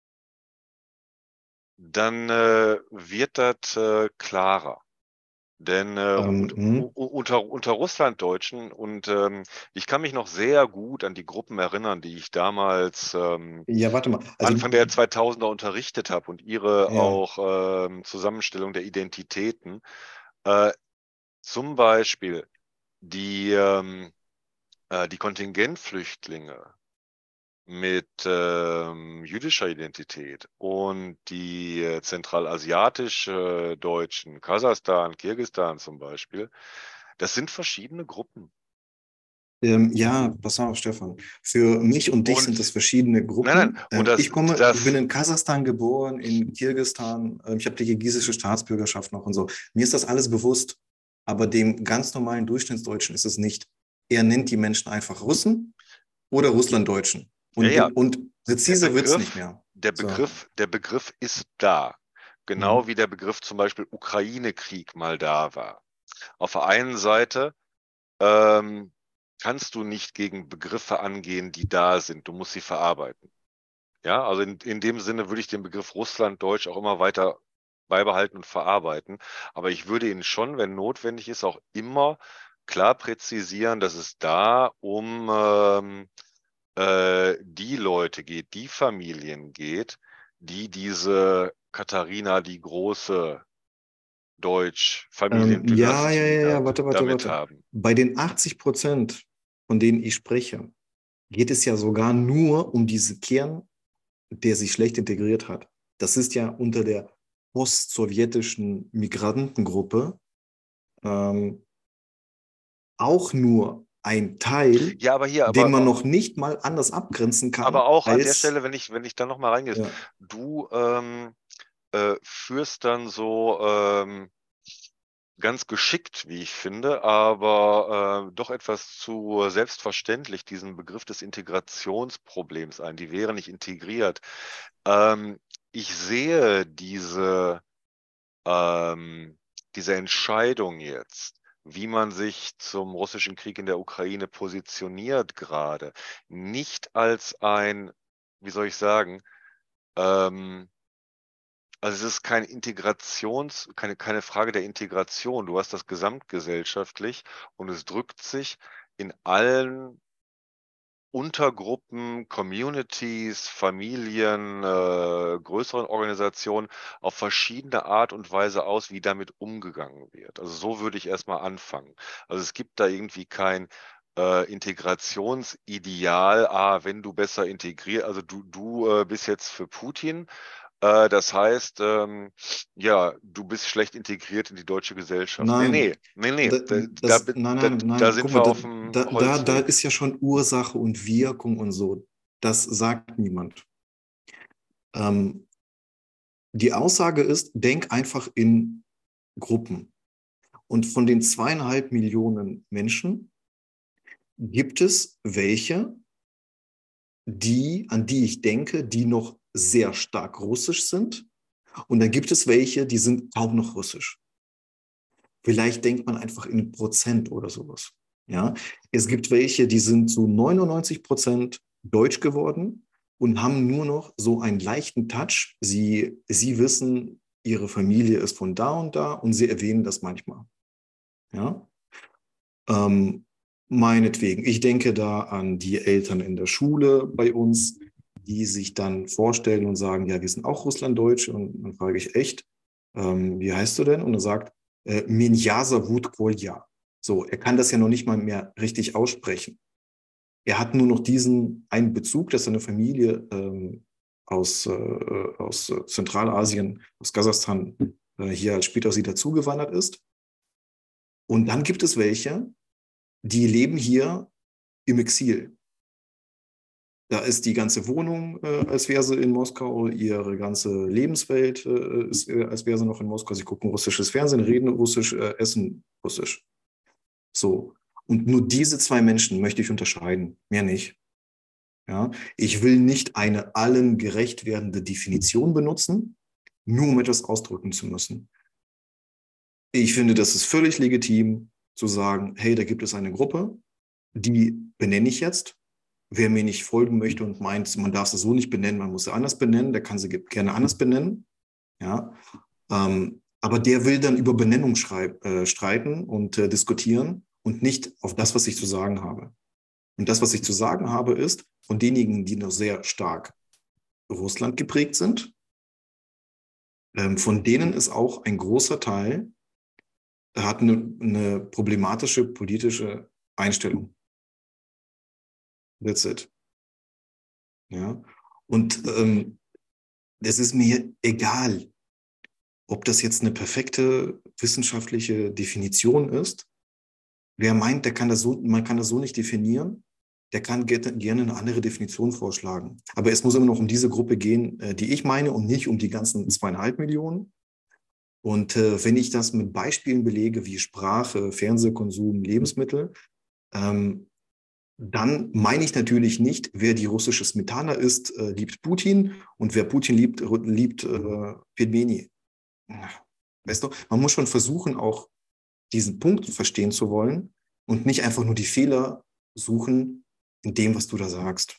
dann äh, wird das äh, klarer. Denn äh, Ähm, und, u- hm. unter, unter Russlanddeutschen, und ähm, ich kann mich noch sehr gut an die Gruppen erinnern, die ich damals ähm, Ja, warte mal. Also, Anfang der zweitausender unterrichtet habe und ihre ja. auch ähm, Zusammenstellung der Identitäten. Äh, zum Beispiel die, ähm, äh, die Kontingentflüchtlinge mit ähm, jüdischer Identität und die äh, zentralasiatisch äh, Deutschen, Kasachstan, Kirgisistan zum Beispiel, das sind verschiedene Gruppen. Ähm, ja, pass auf, Stefan. Für mich und dich sind das Und verschiedene nein, nein, Gruppen. und Ähm, das, ich komme, ich bin das, in Kasachstan geboren, in Kirgisistan. Ähm, ich habe die kirgisische Staatsbürgerschaft noch und so. Mir ist das alles bewusst, aber dem ganz normalen Durchschnittsdeutschen ist es nicht. Er nennt die Menschen einfach Russen oder Russlanddeutschen. ja, Und, ja, und der präziser wird es nicht Begriff, mehr. der So. Begriff, der Begriff ist da. Genau Mhm. wie der Begriff zum Beispiel Ukraine-Krieg mal da war. Auf der einen Seite ähm, kannst du nicht gegen Begriffe angehen, die da sind. Du musst sie verarbeiten. Ja, also in, in dem Sinne würde ich den Begriff Russlanddeutsch auch immer weiter beibehalten und verarbeiten. Aber ich würde ihn schon, wenn notwendig ist, auch immer klar präzisieren, dass es da um ähm, äh, die Leute geht, die Familien geht, die diese Katharina die große Ähm, ja, ja, Deutsch-Familiendynastie ja, da, ja, warte, warte, damit warte. haben. Bei den achtzig Prozent, von denen ich spreche, geht es ja sogar nur um diese Kern, der sich schlecht integriert hat. Das ist ja unter der post-sowjetischen Migrantengruppe ähm, auch nur ein Teil, Ja, aber hier, den aber man noch nicht mal anders abgrenzen kann Aber auch an der als, Stelle, wenn ich, wenn ich da nochmal reingehe, ja, du ähm, äh, führst dann so ähm, ganz geschickt, wie ich finde, aber äh, doch etwas zu selbstverständlich diesen Begriff des Integrationsproblems ein. Die wäre nicht integriert. Ähm, ich sehe diese, ähm, diese Entscheidung jetzt, wie man sich zum russischen Krieg in der Ukraine positioniert gerade, nicht als ein, wie soll ich sagen, ähm, also es ist kein Integrations, keine, keine Frage der Integration. Du hast das gesamtgesellschaftlich und es drückt sich in allen Untergruppen, Communities, Familien, äh, größeren Organisationen auf verschiedene Art und Weise aus, wie damit umgegangen wird. Also so würde ich erstmal anfangen. Also es gibt da irgendwie kein äh, Integrationsideal, ah, wenn du besser integriert, also du, du äh, bist jetzt für Putin, äh, das heißt, ähm, ja, du bist schlecht integriert in die deutsche Gesellschaft. Nee, nein, nee, nee, nee, da, da, da, das, nein, da, nein, da nein, guck sind mal, wir da, auf dem da, da, da Holzweg. ist ja schon Ursache und Wirkung und so. Das sagt niemand. Ähm, die Aussage ist, denk einfach in Gruppen. Und von den zweieinhalb Millionen Menschen gibt es welche, die, an die ich denke, die noch sehr stark russisch sind. Und dann gibt es welche, die sind kaum noch russisch. Vielleicht denkt man einfach in Prozent oder sowas. Ja? Es gibt welche, die sind zu neunundneunzig Prozent deutsch geworden und haben nur noch so einen leichten Touch. Sie, sie wissen, ihre Familie ist von da und da und sie erwähnen das manchmal. Ja? Ähm, meinetwegen, ich denke da an die Eltern in der Schule bei uns, die sich dann vorstellen und sagen, ja, wir sind auch Russlanddeutsche. Und dann frage ich echt, ähm, wie heißt du denn? Und er sagt, äh, Меня зовут Kolja. So, er kann das ja noch nicht mal mehr richtig aussprechen. Er hat nur noch diesen einen Bezug, dass seine Familie ähm, aus, äh, aus Zentralasien, aus Kasachstan, äh, hier als Spätaussiedler zugewandert ist. Und dann gibt es welche, die leben hier im Exil. Da ist die ganze Wohnung, äh, als wäre sie in Moskau, ihre ganze Lebenswelt äh, ist, äh, als wäre sie noch in Moskau. Sie gucken russisches Fernsehen, reden russisch, äh, essen russisch. So. Und nur diese zwei Menschen möchte ich unterscheiden, mehr nicht. Ja? Ich will nicht eine allen gerecht werdende Definition benutzen, nur um etwas ausdrücken zu müssen. Ich finde, das ist völlig legitim zu sagen, hey, da gibt es eine Gruppe, die benenne ich jetzt. Wer mir nicht folgen möchte und meint, man darf sie so nicht benennen, man muss sie anders benennen, der kann sie gerne anders benennen. Ja? Ähm, aber der will dann über Benennung schreib, äh, streiten und äh, diskutieren und nicht auf das, was ich zu sagen habe. Und das, was ich zu sagen habe, ist, von denjenigen, die noch sehr stark Russland geprägt sind, ähm, von denen ist auch ein großer Teil, hat eine, eine problematische politische Einstellung. That's it. Ja? Und ähm, es ist mir egal, ob das jetzt eine perfekte wissenschaftliche Definition ist. Wer meint, der kann das so, man kann das so nicht definieren, der kann gerne eine andere Definition vorschlagen. Aber es muss immer noch um diese Gruppe gehen, die ich meine, und nicht um die ganzen zweieinhalb Millionen. Und äh, wenn ich das mit Beispielen belege, wie Sprache, Fernsehkonsum, Lebensmittel, ähm, dann meine ich natürlich nicht, wer die russische Smetana isst, äh, liebt Putin, und wer Putin liebt, liebt äh, Pelmeni. Weißt du, man muss schon versuchen, auch diesen Punkt verstehen zu wollen und nicht einfach nur die Fehler suchen in dem, was du da sagst.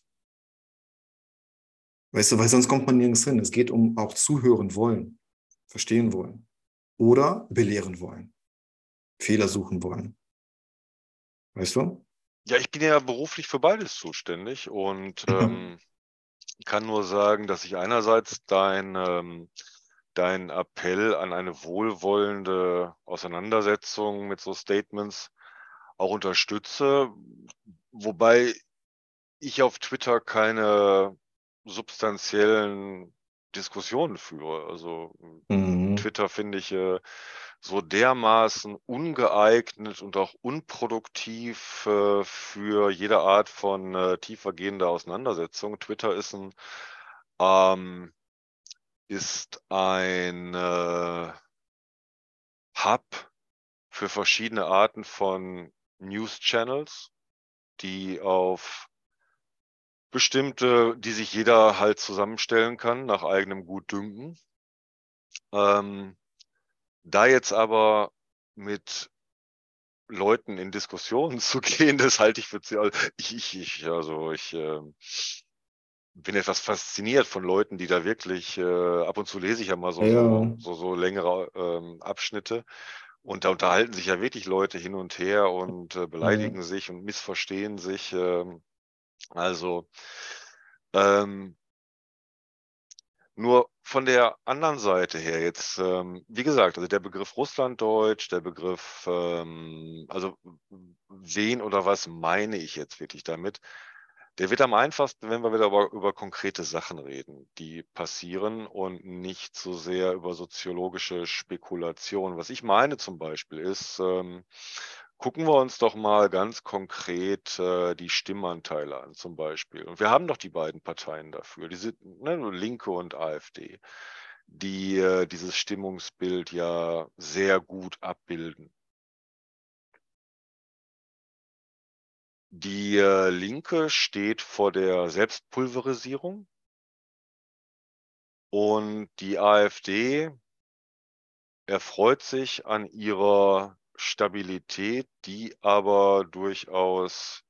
Weißt du, weil sonst kommt man nirgends hin. Es geht um auch zuhören wollen, verstehen wollen oder belehren wollen, Fehler suchen wollen. Weißt du? Ja, ich bin ja beruflich für beides zuständig und Ja. ähm, kann nur sagen, dass ich einerseits dein, ähm, deinen Appell an eine wohlwollende Auseinandersetzung mit so Statements auch unterstütze, wobei ich auf Twitter keine substanziellen Diskussionen führe. Also Mhm. Twitter finde ich äh, so dermaßen ungeeignet und auch unproduktiv äh, für jede Art von äh, tiefergehender Auseinandersetzung. Twitter ist ein, ähm, ist ein äh, Hub für verschiedene Arten von News-Channels, die auf bestimmte, die sich jeder halt zusammenstellen kann nach eigenem Gutdünken. Ähm, da jetzt aber mit Leuten in Diskussionen zu gehen, das halte ich für also ich, ich, ich, also ich äh, bin etwas fasziniert von Leuten, die da wirklich, äh, ab und zu lese ich ja mal so, Ja. so, so, so längere ähm, Abschnitte, und da unterhalten sich ja wirklich Leute hin und her und äh, beleidigen Mhm. sich und missverstehen sich. Ähm, also ähm, Nur von der anderen Seite her jetzt, ähm, wie gesagt, also der Begriff Russlanddeutsch, der Begriff, ähm, also wen oder was meine ich jetzt wirklich damit? Der wird am einfachsten, wenn wir wieder über, über konkrete Sachen reden, die passieren und nicht so sehr über soziologische Spekulationen. Was ich meine zum Beispiel ist, ähm, gucken wir uns doch mal ganz konkret äh, die Stimmanteile an zum Beispiel. Und wir haben doch die beiden Parteien dafür, die sind, ne, Linke und AfD, die äh, dieses Stimmungsbild ja sehr gut abbilden. Die äh, Linke steht vor der Selbstpulverisierung und die AfD erfreut sich an ihrer Stabilität, die aber durchaus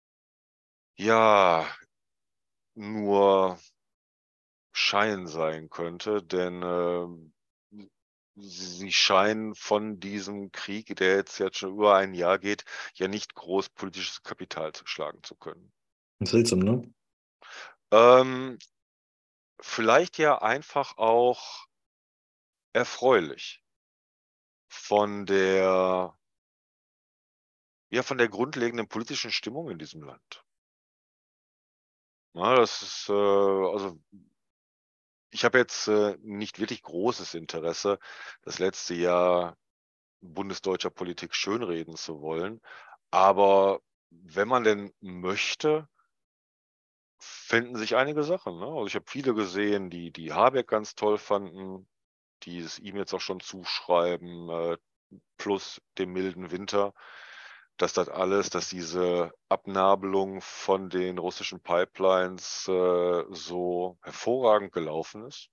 ja nur Schein sein könnte, denn äh, sie scheinen von diesem Krieg, der jetzt, jetzt schon über ein Jahr geht, ja nicht groß politisches Kapital schlagen zu können. Seltsam, ne? Ähm, vielleicht ja einfach auch erfreulich von der, ja, von der grundlegenden politischen Stimmung in diesem Land. Ja, das ist, äh, also ich habe jetzt äh, nicht wirklich großes Interesse, das letzte Jahr bundesdeutscher Politik schönreden zu wollen. Aber wenn man denn möchte, fänden sich einige Sachen. Ne? Also ich habe viele gesehen, die, die Habeck ganz toll fanden, die es ihm jetzt auch schon zuschreiben, äh, plus dem milden Winter, dass das alles, dass diese Abnabelung von den russischen Pipelines äh, so hervorragend gelaufen ist,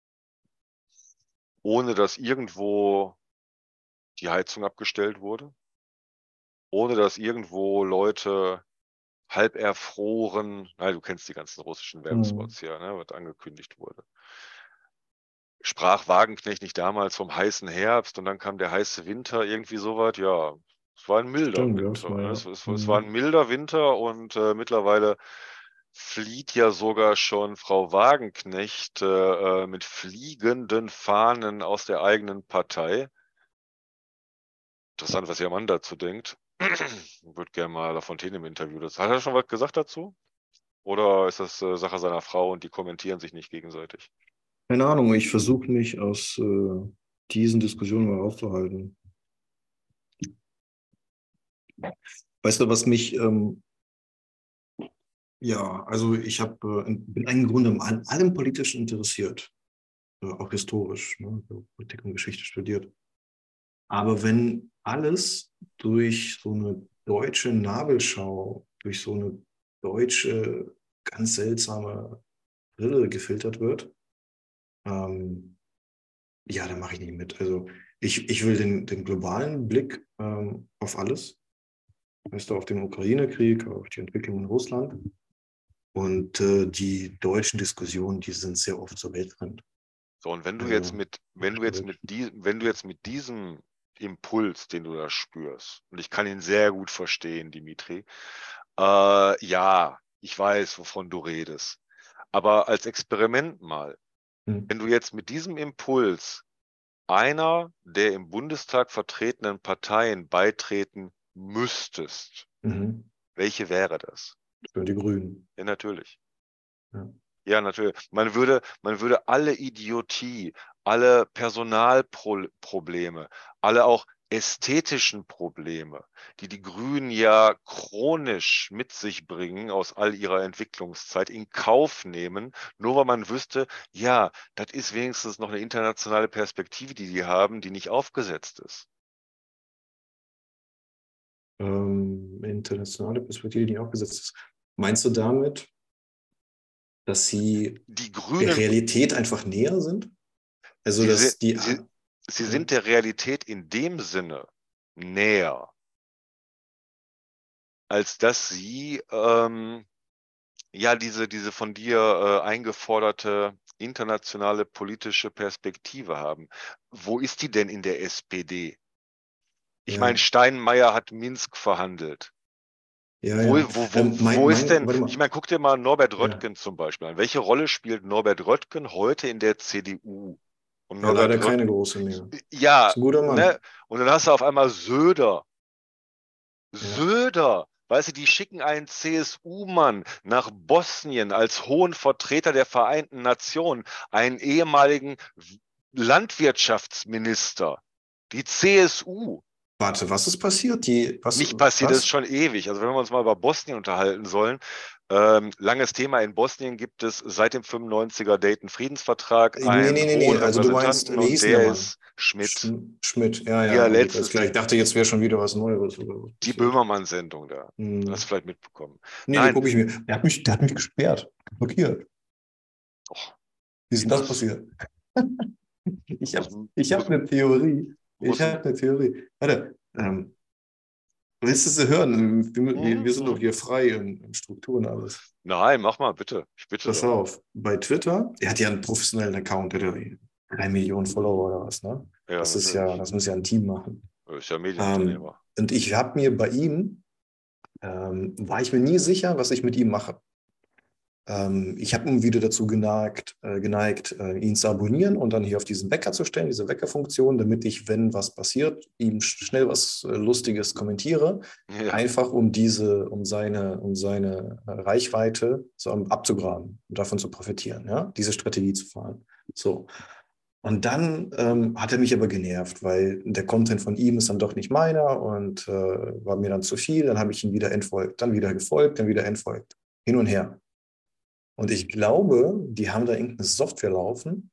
ohne dass irgendwo die Heizung abgestellt wurde, ohne dass irgendwo Leute halb erfroren, na, du kennst die ganzen russischen Mhm. Werbespots ja, ne, was angekündigt wurde. Sprach Wagenknecht nicht damals vom heißen Herbst und dann kam der heiße Winter, irgendwie sowas? Ja, es war ein milder Stimmt, gab's Winter. mal, Ne? ja. Es, es, es war ein Mhm. milder Winter und äh, mittlerweile flieht ja sogar schon Frau Wagenknecht äh, äh, mit fliegenden Fahnen aus der eigenen Partei. Interessant, was ihr Mann dazu denkt. Ich würde gerne mal Lafontaine im Interview. Das, hat er schon was gesagt dazu? Oder ist das äh, Sache seiner Frau und die kommentieren sich nicht gegenseitig? Keine Ahnung, ich versuche mich aus äh, diesen Diskussionen mal aufzuhalten. Weißt du, was mich, ähm, ja, also ich hab, äh, bin im Grunde an allem Politischen interessiert, äh, auch historisch, ne? Ich habe Politik und Geschichte studiert. Aber wenn alles durch so eine deutsche Nabelschau, durch so eine deutsche, ganz seltsame Brille gefiltert wird, ähm, ja, da mache ich nicht mit. Also ich, ich will den, den globalen Blick ähm, auf alles, weißt du, auf den Ukraine-Krieg, auf die Entwicklung in Russland. Und äh, die deutschen Diskussionen, die sind sehr oft so weltfremd. So, und wenn du jetzt Also, mit, wenn du jetzt mit die, wenn du jetzt mit diesem Impuls, den du da spürst, und ich kann ihn sehr gut verstehen, Dimitri, äh, ja, ich weiß, wovon du redest. Aber als Experiment mal, hm, wenn du jetzt mit diesem Impuls einer der im Bundestag vertretenen Parteien beitreten müsstest, mhm, welche wäre das? für die Grünen. Ja, natürlich. Ja. Ja, natürlich. Man würde, man würde alle Idiotie, alle Personalprobleme, alle auch ästhetischen Probleme, die die Grünen ja chronisch mit sich bringen aus all ihrer Entwicklungszeit, in Kauf nehmen, nur weil man wüsste, ja, das ist wenigstens noch eine internationale Perspektive, die die haben, die nicht aufgesetzt ist. Ähm, internationale Perspektive, die aufgesetzt ist. Meinst du damit, dass sie Die der Grünen, Realität einfach näher sind? Also, sie, si- dass die, sie, ja, sie sind der Realität in dem Sinne näher, als dass sie ähm, ja diese, diese von dir äh, eingeforderte internationale politische Perspektive haben. Wo ist die denn in der S P D? Ich meine, ja, Steinmeier hat Minsk verhandelt. ja, Wo, ja. wo, wo, Ähm, mein, wo ist mein, denn, warte ich mal, meine, guck dir mal Norbert ja, Röttgen zum Beispiel an. Welche Rolle spielt Norbert Röttgen heute in der C D U? Und ja, Norbert leider Röttgen, keine große mehr. ja, Ist ein guter ne? Mann. Und dann hast du auf einmal Söder. Ja, Söder, weißt du, die schicken einen C S U-Mann nach Bosnien als hohen Vertreter der Vereinten Nationen, einen ehemaligen Landwirtschaftsminister. Die C S U. warte, was ist passiert? Die, was, Nicht passiert ist was? schon ewig. Also wenn wir uns mal über Bosnien unterhalten sollen, ähm, langes Thema in Bosnien gibt es seit dem fünfundneunziger Dayton-Friedensvertrag Nee, nee, einen nee, nee. hohen Also du meinst, Repräsentanten wie und hieß denn der der Mann? ist Schmidt. Schm Ja, ja, Ja, ja, gut, alles letztes, klar. Ich dachte, jetzt wäre schon wieder was Neues oder was die passiert. Böhmermann-Sendung da. Hast du Hm. vielleicht mitbekommen. Nee, die Nein, gucke ich mir. Der hat mich, der hat mich gesperrt, blockiert. och, Wie ist wie denn das was? passiert? Ich Muss, habe ich hab muss, eine Theorie. Ich muss, habe eine Theorie. Warte, ähm, willst du sie hören? Wir, wir, mhm, wir sind doch mhm. hier frei in, in Strukturen alles. Nein, mach mal, bitte. Ich bitte Pass darum. auf, bei Twitter, er hat ja einen professionellen Account, der hat ja drei Millionen Follower oder was, ne? Ja, Das ist ja, natürlich. das muss ja ein Team machen. Ist ja Ähm, Medienunternehmer. und ich habe mir bei ihm, ähm, war ich mir nie sicher, was ich mit ihm mache. Ähm, ich habe ihn wieder dazu geneigt, äh, geneigt äh, ihn zu abonnieren und dann hier auf diesen Wecker zu stellen, diese Weckerfunktion, damit ich, wenn was passiert, ihm sch- schnell was äh, Lustiges kommentiere, Ja, einfach um diese, um seine, um seine äh, Reichweite so am- abzugraben und davon zu profitieren, ja, diese Strategie zu fahren. So. Und dann ähm, hat er mich aber genervt, weil der Content von ihm ist dann doch nicht meiner und äh, war mir dann zu viel. Dann habe ich ihn wieder entfolgt, dann wieder gefolgt, dann wieder entfolgt. Hin und her. Und ich glaube, die haben da irgendeine Software laufen,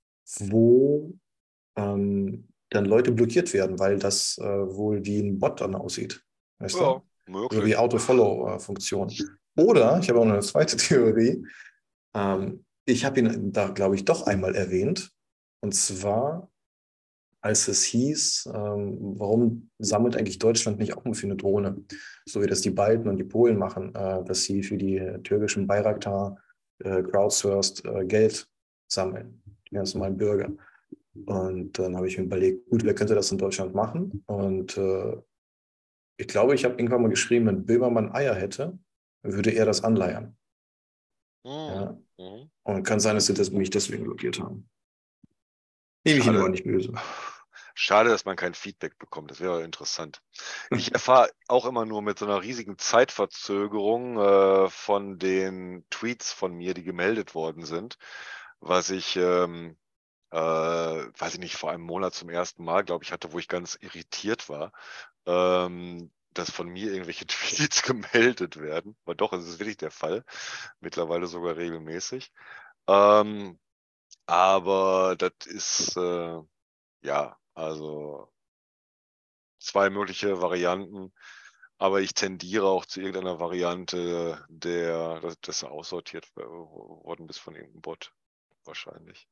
wo ähm, dann Leute blockiert werden, weil das äh, wohl wie ein Bot dann aussieht. Weißt Ja, du? So wie möglich. Auto-Follow-Funktion. Oder, ich habe auch noch eine zweite Theorie, ähm, ich habe ihn da, glaube ich, doch einmal erwähnt. Und zwar, als es hieß, ähm, warum sammelt eigentlich Deutschland nicht auch für eine Drohne? So wie das die Balten und die Polen machen, äh, dass sie für die türkischen Bayraktar äh, crowdsourced äh, Geld sammeln, die ganz normalen Bürger. Und dann habe ich mir überlegt, gut, wer könnte das in Deutschland machen? Und äh, ich glaube, ich habe irgendwann mal geschrieben, wenn Böhmermann Eier hätte, würde er das anleiern. Hm. Ja? Mhm. Und kann sein, dass sie das, mich deswegen blockiert haben. Nehme ich ihn Schade. aber nicht böse. Schade, dass man kein Feedback bekommt. Das wäre interessant. Ich erfahre auch immer nur mit so einer riesigen Zeitverzögerung äh, von den Tweets von mir, die gemeldet worden sind, was ich, ähm, äh, weiß ich nicht, vor einem Monat zum ersten Mal, glaube ich, hatte, wo ich ganz irritiert war, ähm, dass von mir irgendwelche Tweets gemeldet werden. Aber doch, es ist wirklich der Fall. Mittlerweile sogar regelmäßig. Ähm, aber das ist, äh, ja, also zwei mögliche Varianten, aber ich tendiere auch zu irgendeiner Variante, der, dass das aussortiert worden ist von irgendeinem Bot, wahrscheinlich.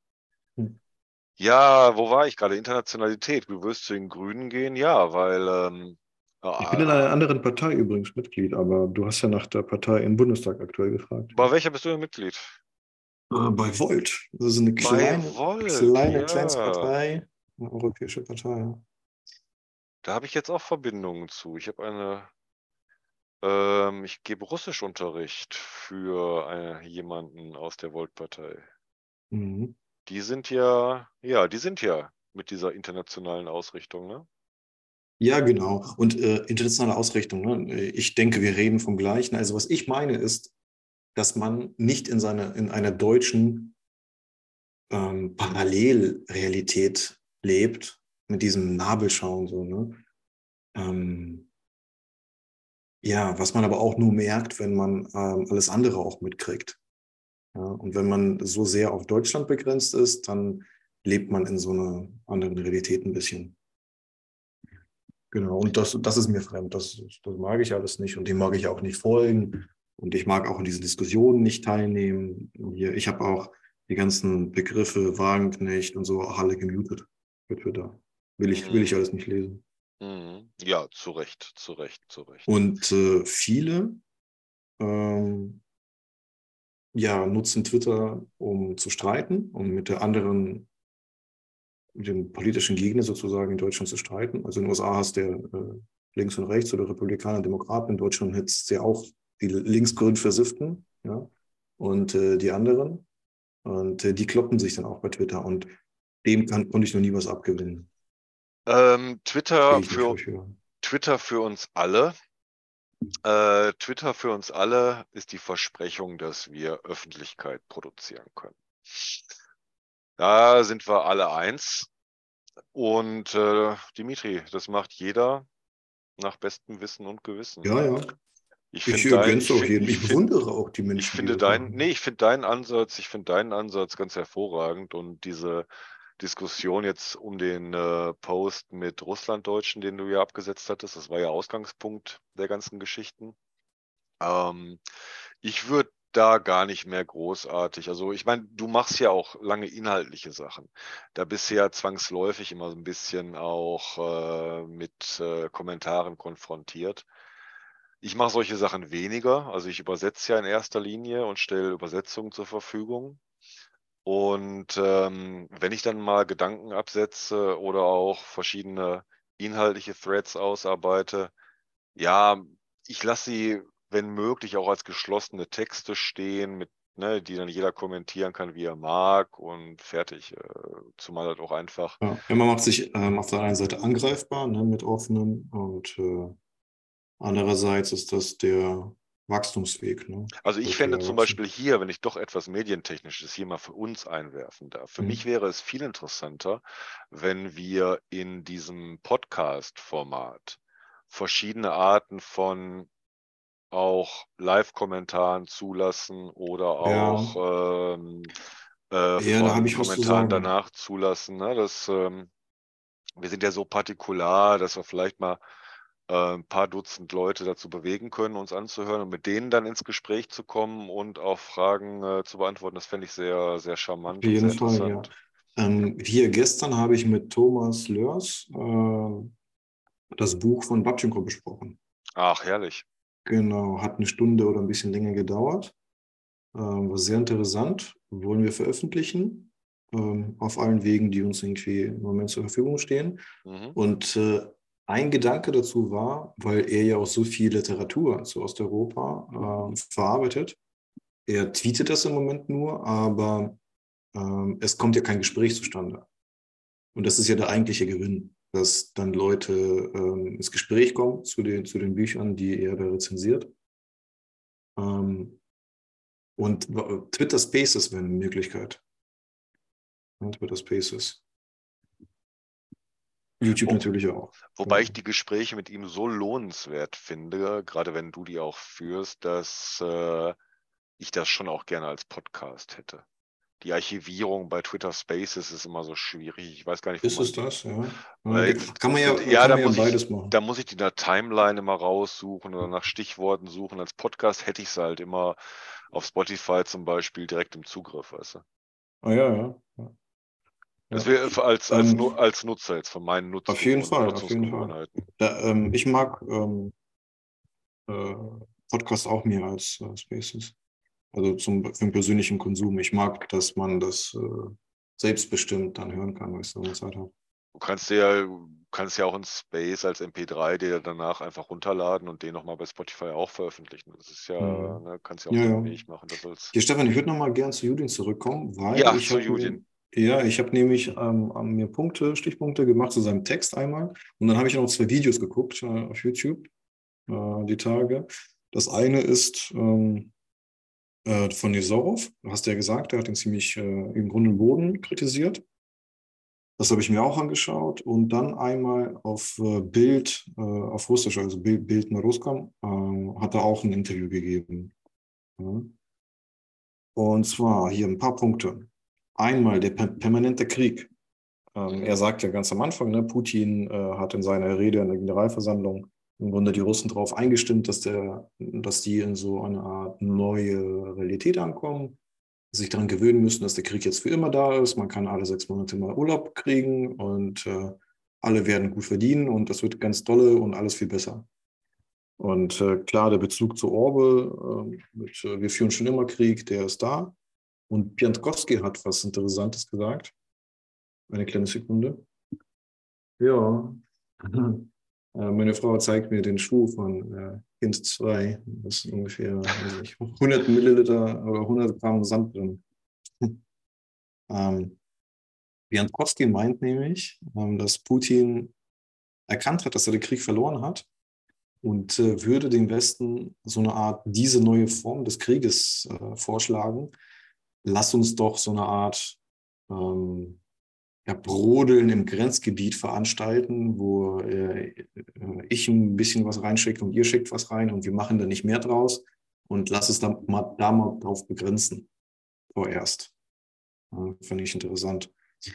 Ja, wo war ich gerade? Internationalität. Du wirst zu den Grünen gehen? Ja, weil ähm, Ich bin in einer äh, anderen Partei übrigens Mitglied, aber du hast ja nach der Partei im Bundestag aktuell gefragt. bei welcher bist du denn Mitglied? Äh, bei Volt. Das ist eine Bei kleine, Volt, kleine ja. Kleinstpartei, eine europäische Partei. Ja. Da habe ich jetzt auch Verbindungen zu. Ich habe eine, ähm, ich gebe Russischunterricht für äh, jemanden aus der Volt-Partei. Mhm. Die sind ja, ja, die sind ja mit dieser internationalen Ausrichtung, ne? Ja, genau. Und äh, internationale Ausrichtung. Ne? Ich denke, wir reden vom Gleichen. Also was ich meine ist, dass man nicht in, seine, in einer deutschen ähm, Parallelrealität lebt, mit diesem Nabelschauen so. Ne? Ähm, ja, was man aber auch nur merkt, wenn man ähm, alles andere auch mitkriegt. Ja? Und wenn man so sehr auf Deutschland begrenzt ist, dann lebt man in so einer anderen Realität ein bisschen. Genau, und das, das ist mir fremd. Das, das mag ich alles nicht und dem mag ich auch nicht folgen. Und ich mag auch in diesen Diskussionen nicht teilnehmen. Hier, ich habe auch die ganzen Begriffe Wagenknecht und so auch alle gemutet für Twitter. Will ich, will ich Mhm. alles nicht lesen. Mhm. Ja, zu Recht, zu Recht, zu Recht. Und äh, viele ähm, ja, nutzen Twitter, um zu streiten, um mit der anderen, mit dem politischen Gegner sozusagen in Deutschland zu streiten. Also in den U S A hast du ja äh, links und rechts oder Republikaner, Demokraten. In Deutschland hättest du ja auch die linksgrün Versifften, ja, und äh, die anderen. Und äh, die kloppen sich dann auch bei Twitter. Und dem kann, konnte ich noch nie was abgewinnen. Ähm, Stehe Twitter ich nicht für für. Twitter für uns alle. Äh, Twitter für uns alle ist die Versprechung, dass wir Öffentlichkeit produzieren können. Da sind wir alle eins. Und äh, Dimitri, das macht jeder nach bestem Wissen und Gewissen. Ja, ja. Ich Ich finde dein, ich ergänze auch finde, jeden. ich Ich finde, bewundere auch die ich Menschen, die finde das deinen, machen. nee, ich finde deinen Ansatz, ich finde deinen Ansatz ganz hervorragend und diese Diskussion jetzt um den äh, Post mit Russlanddeutschen, den du ja abgesetzt hattest, das war ja Ausgangspunkt der ganzen Geschichten. Ähm, ich würde da gar nicht mehr großartig, also ich meine, du machst ja auch lange inhaltliche Sachen. Da bist du ja zwangsläufig immer so ein bisschen auch äh, mit äh, Kommentaren konfrontiert. Ich mache solche Sachen weniger. Also ich übersetze ja in erster Linie und stelle Übersetzungen zur Verfügung. Und ähm, wenn ich dann mal Gedanken absetze oder auch verschiedene inhaltliche Threads ausarbeite, ja, ich lasse sie, wenn möglich, auch als geschlossene Texte stehen, mit, ne, die dann jeder kommentieren kann, wie er mag und fertig. Äh, zumal halt auch einfach. Ja, ja, man macht sich ähm, auf der einen Seite angreifbar, ne, mit offenen und äh, andererseits ist das der Wachstumsweg, ne? Also ich Sollte fände ja zum wachsen. Beispiel hier, wenn ich doch etwas Medientechnisches hier mal für uns einwerfen darf. Für mich Mhm. wäre es viel interessanter, wenn wir in diesem Podcast-Format verschiedene Arten von auch Live-Kommentaren zulassen oder Ja, auch ähm, äh, ja, da habe von ich was zu Kommentaren sagen. danach zulassen. Ne? Das, ähm, wir sind ja so partikular, dass wir vielleicht mal äh, ein paar Dutzend Leute dazu bewegen können, uns anzuhören und mit denen dann ins Gespräch zu kommen und auch Fragen äh, zu beantworten. Das fände ich sehr, sehr Auf charmant und jeden sehr Fall, ja. interessant. Ähm, hier gestern habe ich mit Thomas Lörs äh, das Buch von Babchenko besprochen. Ach, herrlich. Genau, hat eine Stunde oder ein bisschen länger gedauert. Ähm, war sehr interessant. Wollen wir veröffentlichen, ähm, auf allen Wegen, die uns irgendwie im Moment zur Verfügung stehen. Mhm. Und äh, ein Gedanke dazu war, weil er ja auch so viel Literatur zu Osteuropa äh, verarbeitet. Er tweetet das im Moment nur, aber ähm, es kommt ja kein Gespräch zustande. Und das ist ja der eigentliche Gewinn, dass dann Leute ähm, ins Gespräch kommen zu den, zu den Büchern, die er da rezensiert. Ähm, und Twitter Spaces wäre eine Möglichkeit. Ja, Twitter Spaces. YouTube Wo, natürlich auch. wobei Ja. ich die Gespräche mit ihm so lohnenswert finde, gerade wenn du die auch führst, dass äh, ich das schon auch gerne als Podcast hätte. Die Archivierung bei Twitter Spaces ist immer so schwierig. Ich weiß gar nicht, wo Ist man es die. das? Ja. Ja, Weil, kann man ja, ja, kann da man ja muss ich, beides machen. da muss ich die in der Timeline immer raussuchen oder nach Stichworten suchen. Als Podcast hätte ich es halt immer auf Spotify zum Beispiel direkt im Zugriff, weißt du? Ah, ja, ja. Ja, Das ja. wäre als, als, Nu- Ähm, als Nutzer jetzt von meinen auf jeden Nutzgewohn Fall, auf jeden Fall. Nutzungsgewohnheiten. Da, ähm, ich mag ähm, äh, Podcasts auch mehr als äh, Spaces. Also zum, für den persönlichen Konsum. Ich mag, dass man das äh, selbstbestimmt dann hören kann, weißt du, wenn man Zeit hat. Du kannst dir ja, du kannst ja auch in Space als M P drei dir danach einfach runterladen und den nochmal bei Spotify auch veröffentlichen. Das ist ja, Mhm. ne, kannst ja auf Ja, dem ja. Weg machen. Das soll's. Hier, Stefan, ich würde noch mal gern zu Judin zurückkommen, weil Ja, ich zu habe Julian. mir, ja, ich habe nämlich ähm, ähm, mir Punkte, Stichpunkte gemacht zu seinem Text einmal. Und dann habe ich noch zwei Videos geguckt äh, auf YouTube, äh, die Tage. Das eine ist ähm, äh, von Nesorov. Du hast ja gesagt, er hat ihn ziemlich äh, im Grund und Boden kritisiert. Das habe ich mir auch angeschaut. Und dann einmal auf äh, Bild, äh, auf Russisch, also Bild, Bild na Ruskam, äh, hat er auch ein Interview gegeben. Ja. Und zwar hier ein paar Punkte. Einmal der per permanente Krieg. Ähm, Mhm. er sagt ja ganz am Anfang, ne, Putin äh, hat in seiner Rede in der Generalversammlung im Grunde die Russen darauf eingestimmt, dass, der, dass die in so eine Art neue Realität ankommen, sich daran gewöhnen müssen, dass der Krieg jetzt für immer da ist. Man kann alle sechs Monate mal Urlaub kriegen und äh, alle werden gut verdienen und das wird ganz dolle und alles viel besser. Und äh, klar, der Bezug zu Orwell, äh, mit, äh, wir führen schon immer Krieg, der ist da. Und Piątkowski hat was Interessantes gesagt. Eine kleine Sekunde. Ja. Äh, Meine Frau zeigt mir den Schuh von äh, Kind zwei. Das ist ungefähr, weiß nicht, hundert Milliliter oder hundert Gramm Sand drin. Ähm, Piątkowski meint nämlich, ähm, dass Putin erkannt hat, dass er den Krieg verloren hat und äh, würde dem Westen so eine Art, diese neue Form des Krieges äh, vorschlagen. Lass uns doch so eine Art ähm, ja, Brodeln im Grenzgebiet veranstalten, wo äh, ich ein bisschen was reinschicke und ihr schickt was rein und wir machen da nicht mehr draus und lass es da mal, da mal drauf begrenzen, vorerst. Ja, finde ich interessant.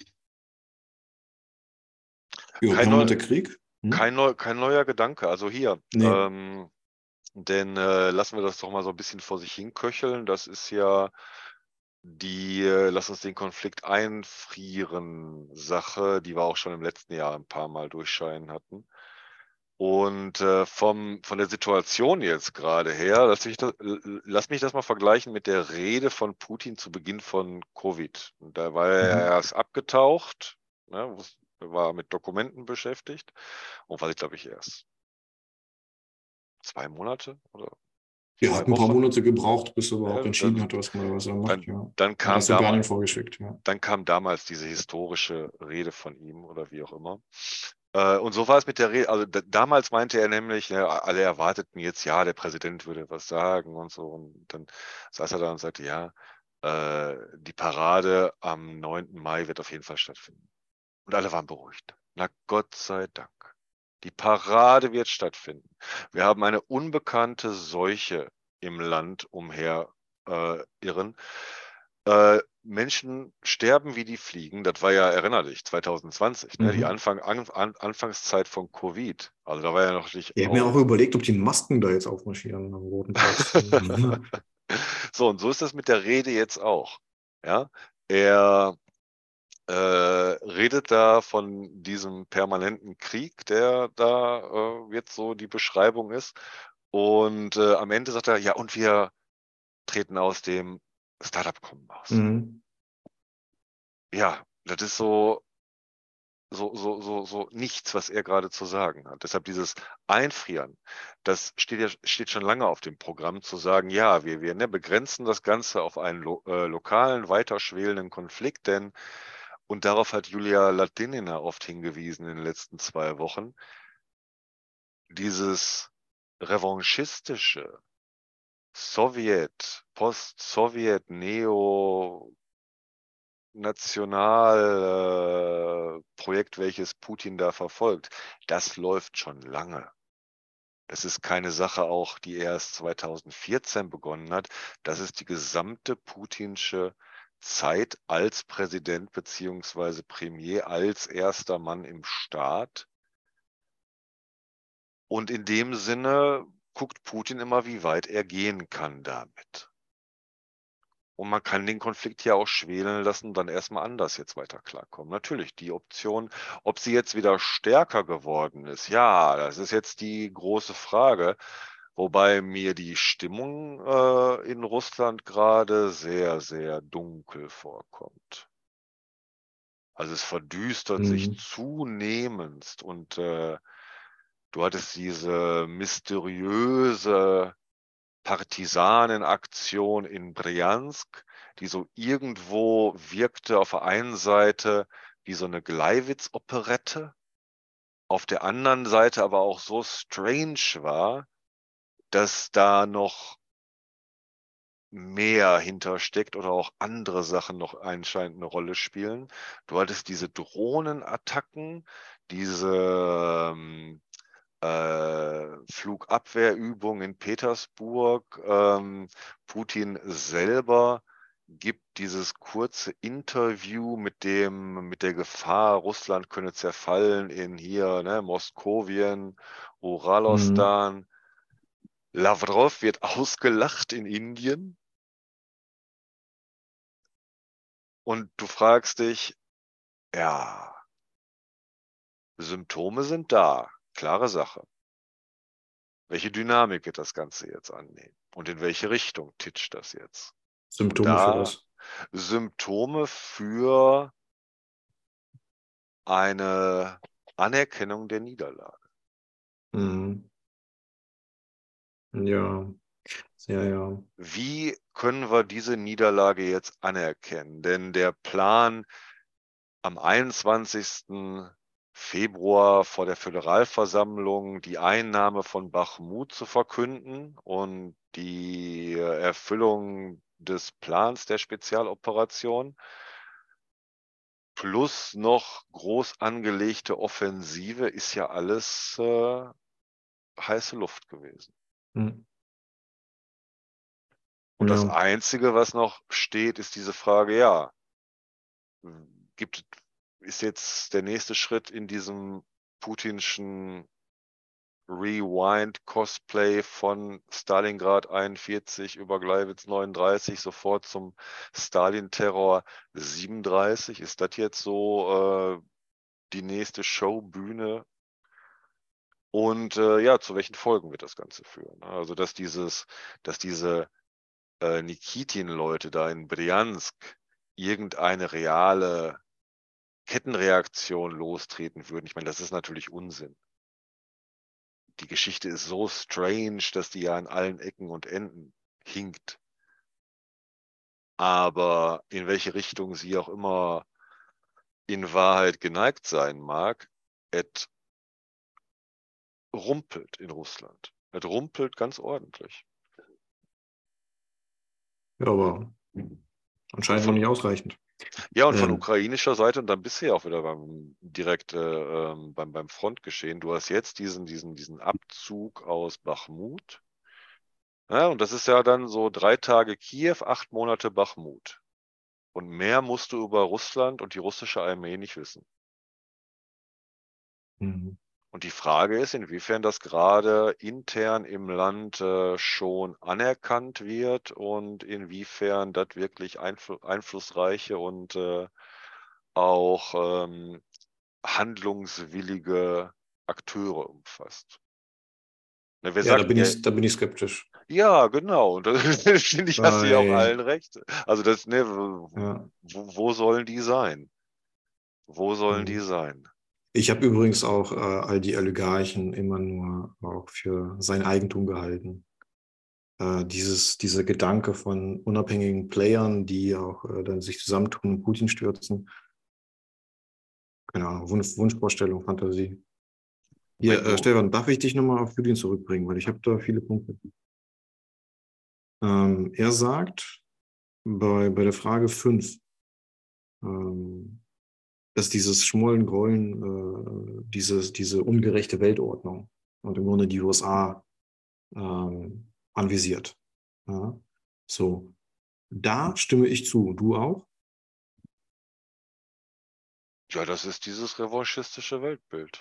Ja, Kein, neu, permanenter Krieg. Hm? kein, neu, kein neuer Gedanke. Also hier, Nee. ähm, denn äh, lassen wir das doch mal so ein bisschen vor sich hinköcheln. Das ist ja die äh, Lass uns den Konflikt einfrieren Sache, die wir auch schon im letzten Jahr ein paar Mal durchscheinen hatten. Und äh, vom, von der Situation jetzt gerade her, lass mich, das, lass mich das mal vergleichen mit der Rede von Putin zu Beginn von Covid. Und da war er Mhm. erst abgetaucht, ne, wus- war mit Dokumenten beschäftigt und war, glaube ich, erst zwei Monate oder Er hat zwei ein paar Wochen. Monate gebraucht, bis er Ja, überhaupt entschieden dann, hat, was, man, was er macht. dann, Ja. dann Hat kam das sogar damals, nicht vorgeschickt. Ja. dann kam damals diese historische Rede von ihm oder wie auch immer. Äh, und so war es mit der Rede. Also da, damals meinte er nämlich, ja, alle erwarteten jetzt, ja, der Präsident würde was sagen und so. Und dann saß er da und sagte, ja, äh, die Parade am neunten Mai wird auf jeden Fall stattfinden. Und alle waren beruhigt. Na Gott sei Dank. Die Parade wird stattfinden. Wir haben eine unbekannte Seuche im Land umher äh, irren. Äh, Menschen sterben wie die Fliegen. Das war ja, erinner dich, zwanzig zwanzig, ne? Die Mhm. Anfang, an, an, Anfangszeit von Covid. Also da war ja noch nicht. Ich habe mir Oh. auch überlegt, ob die Masken da jetzt aufmarschieren am Roten Platz. Mhm. So, und so ist das mit der Rede jetzt auch. Ja, er äh, redet da von diesem permanenten Krieg, der da äh, jetzt so die Beschreibung ist. Und äh, am Ende sagt er, ja, und wir treten aus dem Startup-Kommen aus. Mhm. Ja, das ist so, so, so, so, so nichts, was er gerade zu sagen hat. Deshalb dieses Einfrieren, das steht ja steht schon lange auf dem Programm, zu sagen, ja, wir, wir ne, begrenzen das Ganze auf einen lo äh, lokalen, weiter schwelenden Konflikt, denn, und darauf hat Julia Latynina oft hingewiesen in den letzten zwei Wochen, dieses revanchistische Sowjet, Post-Sowjet, Neo, Nationalprojekt, äh, welches Putin da verfolgt, das läuft schon lange. Das ist keine Sache auch, die erst zweitausendvierzehn begonnen hat. Das ist die gesamte putinsche Zeit als Präsident beziehungsweise Premier, als erster Mann im Staat. Und in dem Sinne guckt Putin immer, wie weit er gehen kann damit. Und man kann den Konflikt ja auch schwelen lassen, dann erstmal anders jetzt weiter klarkommen. Natürlich, die Option, ob sie jetzt wieder stärker geworden ist, ja, das ist jetzt die große Frage. Wobei mir die Stimmung äh, in Russland gerade sehr, sehr dunkel vorkommt. Also es verdüstert sich Mhm. zunehmend und äh, du hattest diese mysteriöse Partisanenaktion in Brjansk, die so irgendwo wirkte auf der einen Seite wie so eine Gleiwitz-Operette, auf der anderen Seite aber auch so strange war, dass da noch mehr hintersteckt oder auch andere Sachen noch anscheinend eine Rolle spielen. Du hattest diese Drohnenattacken, diese ähm, äh, Flugabwehrübung in Petersburg. Ähm, Putin selber gibt dieses kurze Interview mit dem, mit der Gefahr, Russland könne zerfallen in hier, ne, Moskowien, Mhm. Uralostan. Lavrov wird ausgelacht in Indien und du fragst dich, ja, Symptome sind da, klare Sache. Welche Dynamik wird das Ganze jetzt annehmen? Und in welche Richtung titscht das jetzt? Und Symptome für da was? Symptome für eine Anerkennung der Niederlage. Mhm. Ja, ja, ja. Wie können wir diese Niederlage jetzt anerkennen? Denn der Plan, am einundzwanzigsten Februar vor der Föderalversammlung die Einnahme von Bachmut zu verkünden und die Erfüllung des Plans der Spezialoperation plus noch groß angelegte Offensive ist ja alles äh, heiße Luft gewesen. Mhm. Und das Ja. Einzige, was noch steht, ist diese Frage, ja, gibt, ist jetzt der nächste Schritt in diesem putinschen Rewind-Cosplay von Stalingrad einundvierzig über Gleiwitz neununddreißig sofort zum Stalin-Terror siebenunddreißig? Ist das jetzt so äh, die nächste Showbühne? Und äh, ja, zu welchen Folgen wird das Ganze führen? Also, dass dieses, dass diese äh, Nikitin-Leute da in Bryansk irgendeine reale Kettenreaktion lostreten würden. Ich meine, das ist natürlich Unsinn. Die Geschichte ist so strange, dass die ja an allen Ecken und Enden hinkt. Aber in welche Richtung sie auch immer in Wahrheit geneigt sein mag, es rumpelt in Russland. Es rumpelt ganz ordentlich. Ja, aber Und anscheinend noch von nicht ausreichend. Ja, und von Ähm, ukrainischer Seite, und dann bist du ja auch wieder beim direkt äh, ähm, beim, beim Frontgeschehen. Du hast jetzt diesen, diesen, diesen Abzug aus Bachmut. Ja, und das ist ja dann so drei Tage Kiew, acht Monate Bachmut. Und mehr musst du über Russland und die russische Armee nicht wissen. mhm. Und die Frage ist, inwiefern das gerade intern im Land äh, schon anerkannt wird und inwiefern das wirklich einflu einflussreiche und äh, auch ähm, handlungswillige Akteure umfasst. Ne, wir Ja, da sagten bin ja, ich, da bin ich skeptisch. ja, genau, und das finde ich, hast du ja auch Weil, allen recht. Also das, ne, wo, ja, wo sollen die sein? Wo sollen die mhm. sein? Ich habe übrigens auch äh, all die Oligarchen immer nur auch für sein Eigentum gehalten. Äh, dieses, dieser Gedanke von unabhängigen Playern, die auch äh, dann sich zusammentun und Putin stürzen. Keine Ahnung, Wunsch, Wunschvorstellung, Fantasie. Wenn Hier, äh, du, Stefan, darf ich dich nochmal auf Putin zurückbringen, weil ich habe da viele Punkte. Ähm, er sagt bei, bei der Frage fünf, ähm, dass dieses Schmollen, Grollen, äh, dieses, diese ungerechte Weltordnung und im Grunde die U S A ähm, anvisiert. Ja? So, da stimme ich zu. Du auch? ja, das ist dieses revanchistische Weltbild.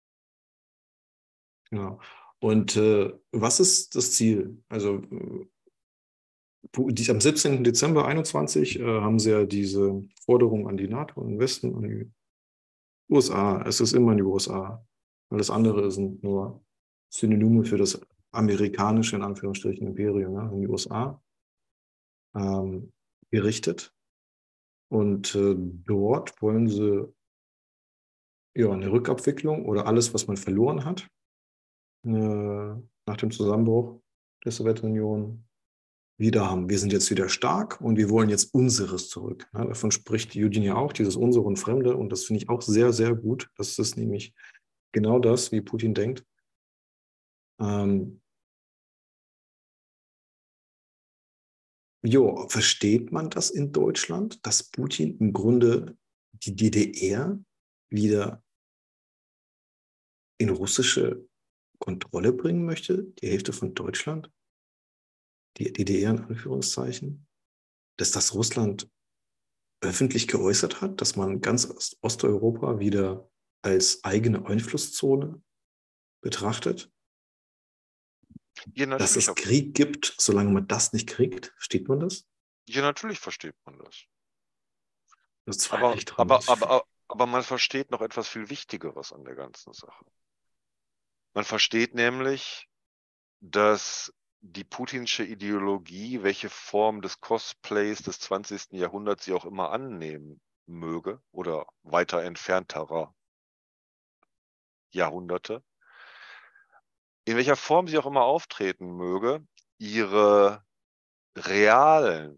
Genau. Und äh, was ist das Ziel? Also äh, die, am siebzehnten Dezember einundzwanzig äh, haben sie ja diese Forderung an die NATO, an den Westen, an die U S A. Es ist immer die U S A. Alles andere sind nur Synonyme für das amerikanische, in Anführungsstrichen, Imperium, ja, in die U S A ähm, gerichtet. Und äh, dort wollen sie ja eine Rückabwicklung oder alles, was man verloren hat, äh, nach dem Zusammenbruch der Sowjetunion wieder haben. Wir sind jetzt wieder stark und wir wollen jetzt unseres zurück. Ja, davon spricht Eugene ja auch, dieses unsere und Fremde. Und das finde ich auch sehr, sehr gut. Das ist nämlich genau das, wie Putin denkt. Ähm, jo, versteht man das in Deutschland, dass Putin im Grunde die D D R wieder in russische Kontrolle bringen möchte? Die Hälfte von Deutschland? Die D D R in Anführungszeichen? Dass das Russland öffentlich geäußert hat, dass man ganz Ost Osteuropa wieder als eigene Einflusszone betrachtet, Ja, dass natürlich, es Krieg gibt, solange man das nicht kriegt, versteht man das? ja, natürlich versteht man das. Das zweifle Aber, ich dran. aber, Das aber, aber man versteht noch etwas viel Wichtigeres an der ganzen Sache. Man versteht nämlich, dass die putinsche Ideologie, welche Form des Cosplays des zwanzigsten Jahrhunderts sie auch immer annehmen möge oder weiter entfernterer Jahrhunderte, in welcher Form sie auch immer auftreten möge, ihre realen,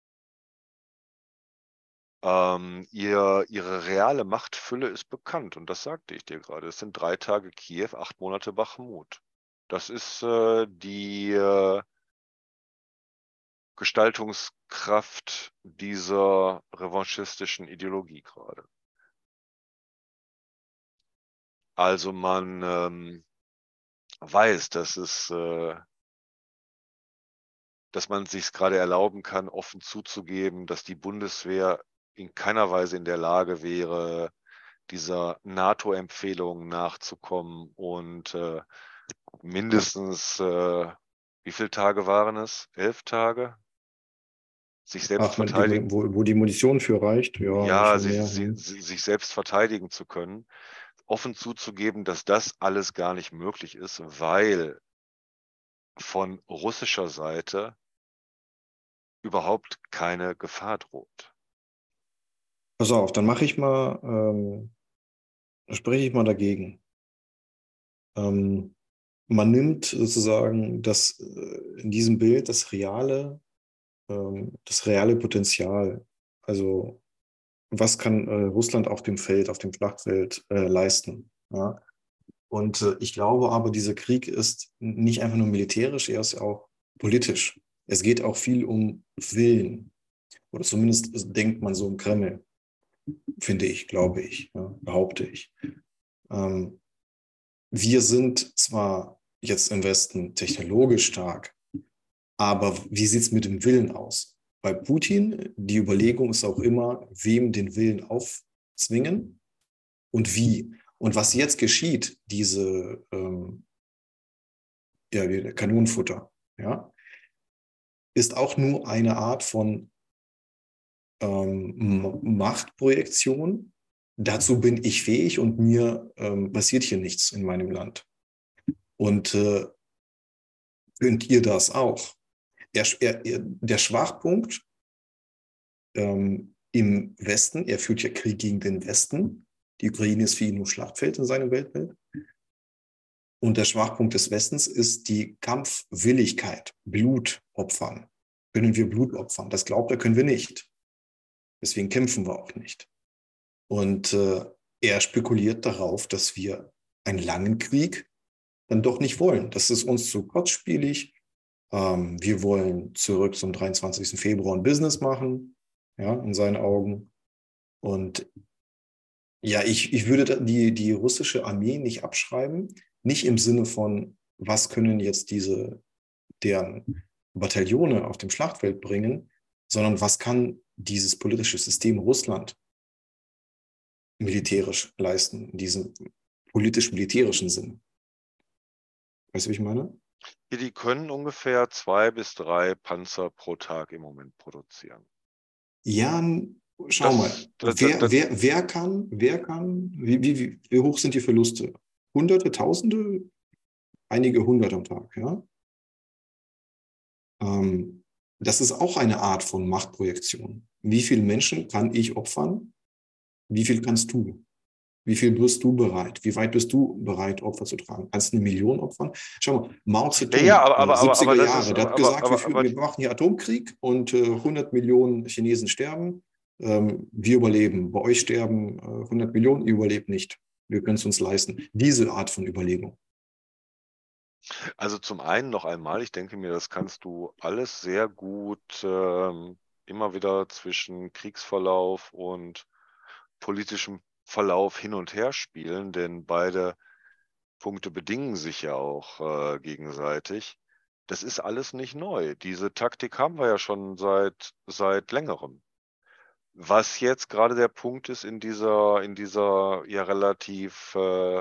ähm, ihr, ihre reale Machtfülle ist bekannt. Und das sagte ich dir gerade. Es sind drei Tage Kiew, acht Monate Bachmut. Das ist äh, die äh, Gestaltungskraft dieser revanchistischen Ideologie gerade. Also man ähm, weiß, dass es, äh, dass man sich gerade erlauben kann, offen zuzugeben, dass die Bundeswehr in keiner Weise in der Lage wäre, dieser NATO-Empfehlung nachzukommen und äh, mindestens, äh, wie viele Tage waren es? Elf Tage? Sich selbst Ach, man, die, verteidigen, wo, wo die Munition für reicht, ja, ja, schon sie, mehr. sie, Hm. sie, sich selbst verteidigen zu können, offen zuzugeben, dass das alles gar nicht möglich ist, weil von russischer Seite überhaupt keine Gefahr droht. Pass auf, dann mache ich mal, ähm, spreche ich mal dagegen. Ähm, man nimmt sozusagen das äh, in diesem Bild das reale, ähm, das reale Potenzial. Also was kann äh, Russland auf dem Feld, auf dem Schlachtfeld äh, leisten? Ja? Und äh, ich glaube aber, dieser Krieg ist nicht einfach nur militärisch, er ist auch politisch. Es geht auch viel um Willen. Oder zumindest denkt man so im Kreml, finde ich, glaube ich, ja, behaupte ich. Ähm, wir sind zwar jetzt im Westen technologisch stark, aber wie sieht es mit dem Willen aus? Bei Putin, die Überlegung ist auch immer, wem den Willen aufzwingen und wie. Und was jetzt geschieht, diese ähm, ja, die Kanonenfutter, ja, ist auch nur eine Art von ähm, Machtprojektion. Dazu bin ich fähig und mir ähm, passiert hier nichts in meinem Land. Und äh, könnt ihr das auch? Er, er, der Schwachpunkt ähm, im Westen, er führt ja Krieg gegen den Westen. Die Ukraine ist für ihn nur Schlachtfeld in seinem Weltbild. Und der Schwachpunkt des Westens ist die Kampfwilligkeit, Blut opfern. Können wir Blut opfern? Das glaubt er, können wir nicht. Deswegen kämpfen wir auch nicht. Und äh, er spekuliert darauf, dass wir einen langen Krieg dann doch nicht wollen. Das ist uns zu kostspielig. Ähm, wir wollen zurück zum dreiundzwanzigsten Februar ein Business machen, ja, in seinen Augen. Und ja, ich, ich würde die, die russische Armee nicht abschreiben, nicht im Sinne von, was können jetzt diese, deren Bataillone auf dem Schlachtfeld bringen, sondern was kann dieses politische System Russland militärisch leisten, in diesem politisch-militärischen Sinn. Weißt du, wie ich meine? Die können ungefähr zwei bis drei Panzer pro Tag im Moment produzieren. Ja, schau mal, Das, das, das, wer, wer, wer kann, wer kann, wie, wie, wie hoch sind die Verluste? Hunderte, Tausende, einige hundert am Tag, ja? Ähm, das ist auch eine Art von Machtprojektion. Wie viele Menschen kann ich opfern? Wie viel kannst du? Wie viel bist du bereit? Wie weit bist du bereit, Opfer zu tragen? Kannst du eine Million opfern? Schau mal, Mao ja, ja, Zedong, aber, äh, aber, aber, aber siebziger das ist, Jahre, der aber, hat aber, gesagt, wir, aber, führen, aber wir machen hier Atomkrieg und äh, hundert Millionen Chinesen sterben. Ähm, wir überleben. Bei euch sterben äh, hundert Millionen, ihr überlebt nicht. Wir können es uns leisten. Diese Art von Überlegung. also zum einen noch einmal, ich denke mir, das kannst du alles sehr gut ähm, immer wieder zwischen Kriegsverlauf und politischem Verlauf hin und her spielen, denn beide Punkte bedingen sich ja auch äh, gegenseitig. Das ist alles nicht neu. Diese Taktik haben wir ja schon seit, seit längerem. Was jetzt gerade der Punkt ist in dieser, in dieser ja relativ äh,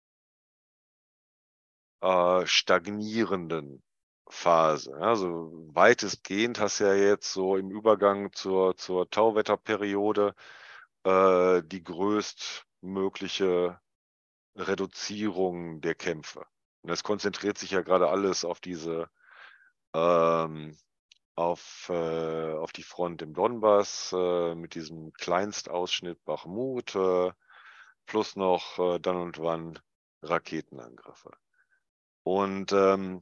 äh, stagnierenden Phase. Also weitestgehend hast du ja jetzt so im Übergang zur, zur Tauwetterperiode äh, die größtmögliche Reduzierung der Kämpfe. Und das konzentriert sich ja gerade alles auf diese ähm, auf, äh, auf die Front im Donbass äh, mit diesem Kleinstausschnitt Bachmut äh, plus noch äh, dann und wann Raketenangriffe. Und ähm,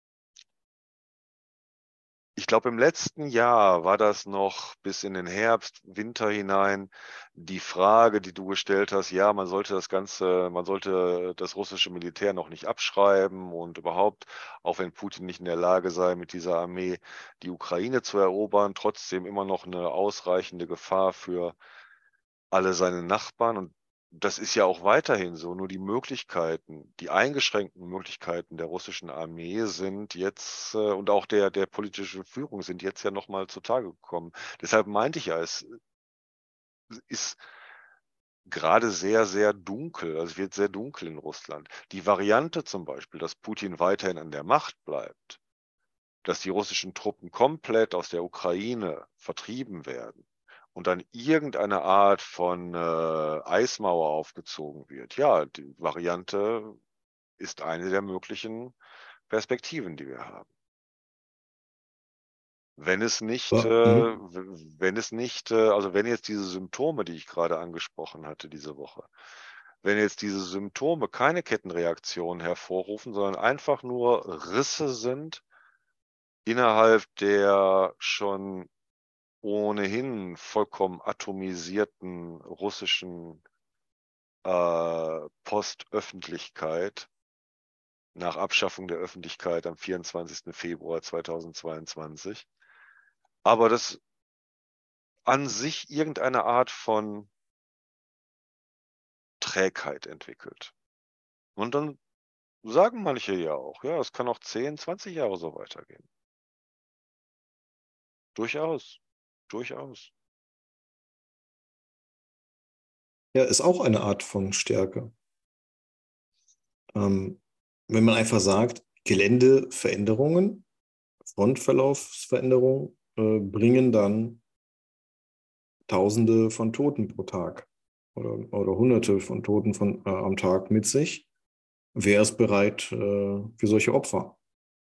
ich glaube, im letzten Jahr war das noch bis in den Herbst, Winter hinein die Frage, die du gestellt hast, ja, man sollte das Ganze, man sollte das russische Militär noch nicht abschreiben und überhaupt, auch wenn Putin nicht in der Lage sei, mit dieser Armee die Ukraine zu erobern, trotzdem immer noch eine ausreichende Gefahr für alle seine Nachbarn. Und das ist ja auch weiterhin so. Nur die Möglichkeiten, die eingeschränkten Möglichkeiten der russischen Armee sind jetzt äh, und auch der, der politischen Führung sind jetzt ja nochmal zutage gekommen. Deshalb meinte ich ja, es ist gerade sehr, sehr dunkel. Also es wird sehr dunkel in Russland. Die Variante zum Beispiel, dass Putin weiterhin an der Macht bleibt, dass die russischen Truppen komplett aus der Ukraine vertrieben werden und dann irgendeine Art von äh, Eismauer aufgezogen wird. Ja, die Variante ist eine der möglichen Perspektiven, die wir haben. Wenn es nicht, äh, Aber, hm, wenn es nicht, äh, also wenn jetzt diese Symptome, die ich gerade angesprochen hatte diese Woche, wenn jetzt diese Symptome keine Kettenreaktion hervorrufen, sondern einfach nur Risse sind innerhalb der schon ohnehin vollkommen atomisierten russischen äh, Postöffentlichkeit nach Abschaffung der Öffentlichkeit am vierundzwanzigsten Februar zweitausendzweiundzwanzig. Aber das an sich irgendeine Art von Trägheit entwickelt. Und dann sagen manche ja auch: „Ja, es kann auch zehn, zwanzig Jahre so weitergehen.“ Durchaus, durchaus. Ja, ist auch eine Art von Stärke. Ähm, wenn man einfach sagt, Geländeveränderungen, Frontverlaufsveränderungen äh, bringen dann Tausende von Toten pro Tag oder, oder Hunderte von Toten von, äh, am Tag mit sich. Wer ist bereit äh, für solche Opfer?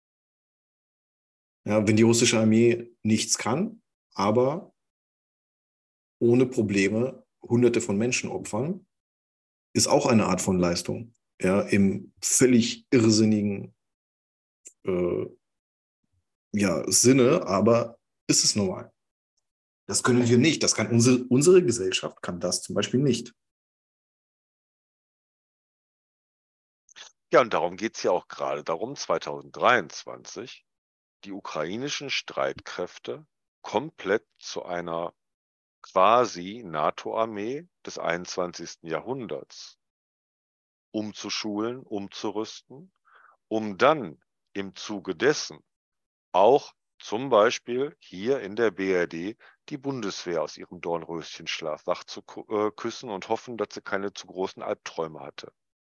Ja, wenn die russische Armee nichts kann, aber ohne Probleme Hunderte von Menschen opfern, ist auch eine Art von Leistung. Ja, im völlig irrsinnigen äh, ja, Sinne, aber ist es normal. Das können wir nicht. Das kann unsere, unsere Gesellschaft kann das zum Beispiel nicht. Ja, und darum geht's ja auch gerade darum, zweitausenddreiundzwanzig die ukrainischen Streitkräfte komplett zu einer quasi NATO-Armee des einundzwanzigsten Jahrhunderts umzuschulen, umzurüsten, um dann im Zuge dessen auch zum Beispiel hier in der B R D die Bundeswehr aus ihrem Dornröschenschlaf wach zu ku äh, küssen und hoffen, dass sie keine zu großen Albträume hatte.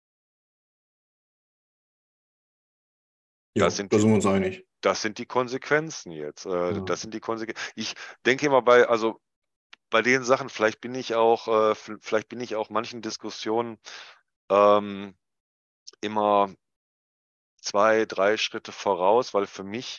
Ja, Das sind da die sind wir uns einig. das sind die Konsequenzen jetzt. Äh, Ja. das sind die Konsequen Ich denke immer bei also, bei den Sachen vielleicht bin ich auch äh, v vielleicht bin ich auch manchen Diskussionen, ähm, immer zwei, drei Schritte voraus, weil für mich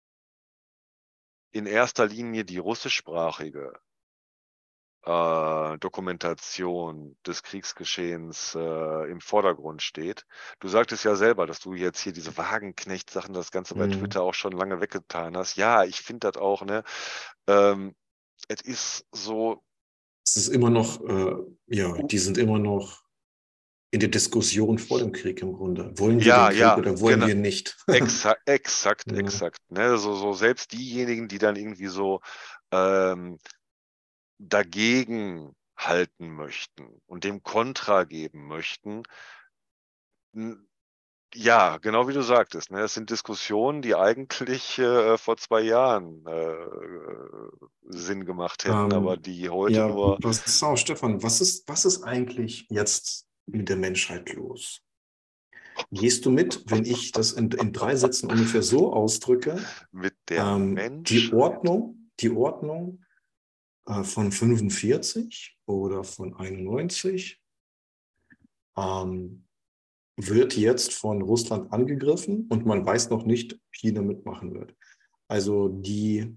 in erster Linie die russischsprachige äh, Dokumentation des Kriegsgeschehens, äh, im Vordergrund steht. Du sagtest ja selber, dass du jetzt hier diese Wagenknecht-Sachen, das Ganze bei Mhm. Twitter auch schon lange weggetan hast. Ja, ich finde das auch, ne? Ähm, es ist so Es ist immer noch, äh, ja, u die sind immer noch in der Diskussion vor dem Krieg im Grunde. Wollen wir den ja, Krieg ja, oder wollen gena wir nicht? exa exakt, Ja. exakt, ne? So so selbst diejenigen, die dann irgendwie so, ähm, dagegen halten möchten und dem Kontra geben möchten, hm, ja, genau wie du sagtest, ne? Es sind Diskussionen, die eigentlich, äh, vor zwei Jahren, äh, Sinn gemacht hätten, aber Ähm, die heute ja, nur was ist auch, Stefan, was ist, was ist eigentlich jetzt mit der Menschheit los? Gehst du mit, wenn ich das in, in drei Sätzen ungefähr so ausdrücke? mit der Ähm, die Menschheit. Ordnung, die Ordnung äh, von fünfundvierzig oder von einundneunzig ähm, wird jetzt von Russland angegriffen und man weiß noch nicht, ob China mitmachen wird. Also die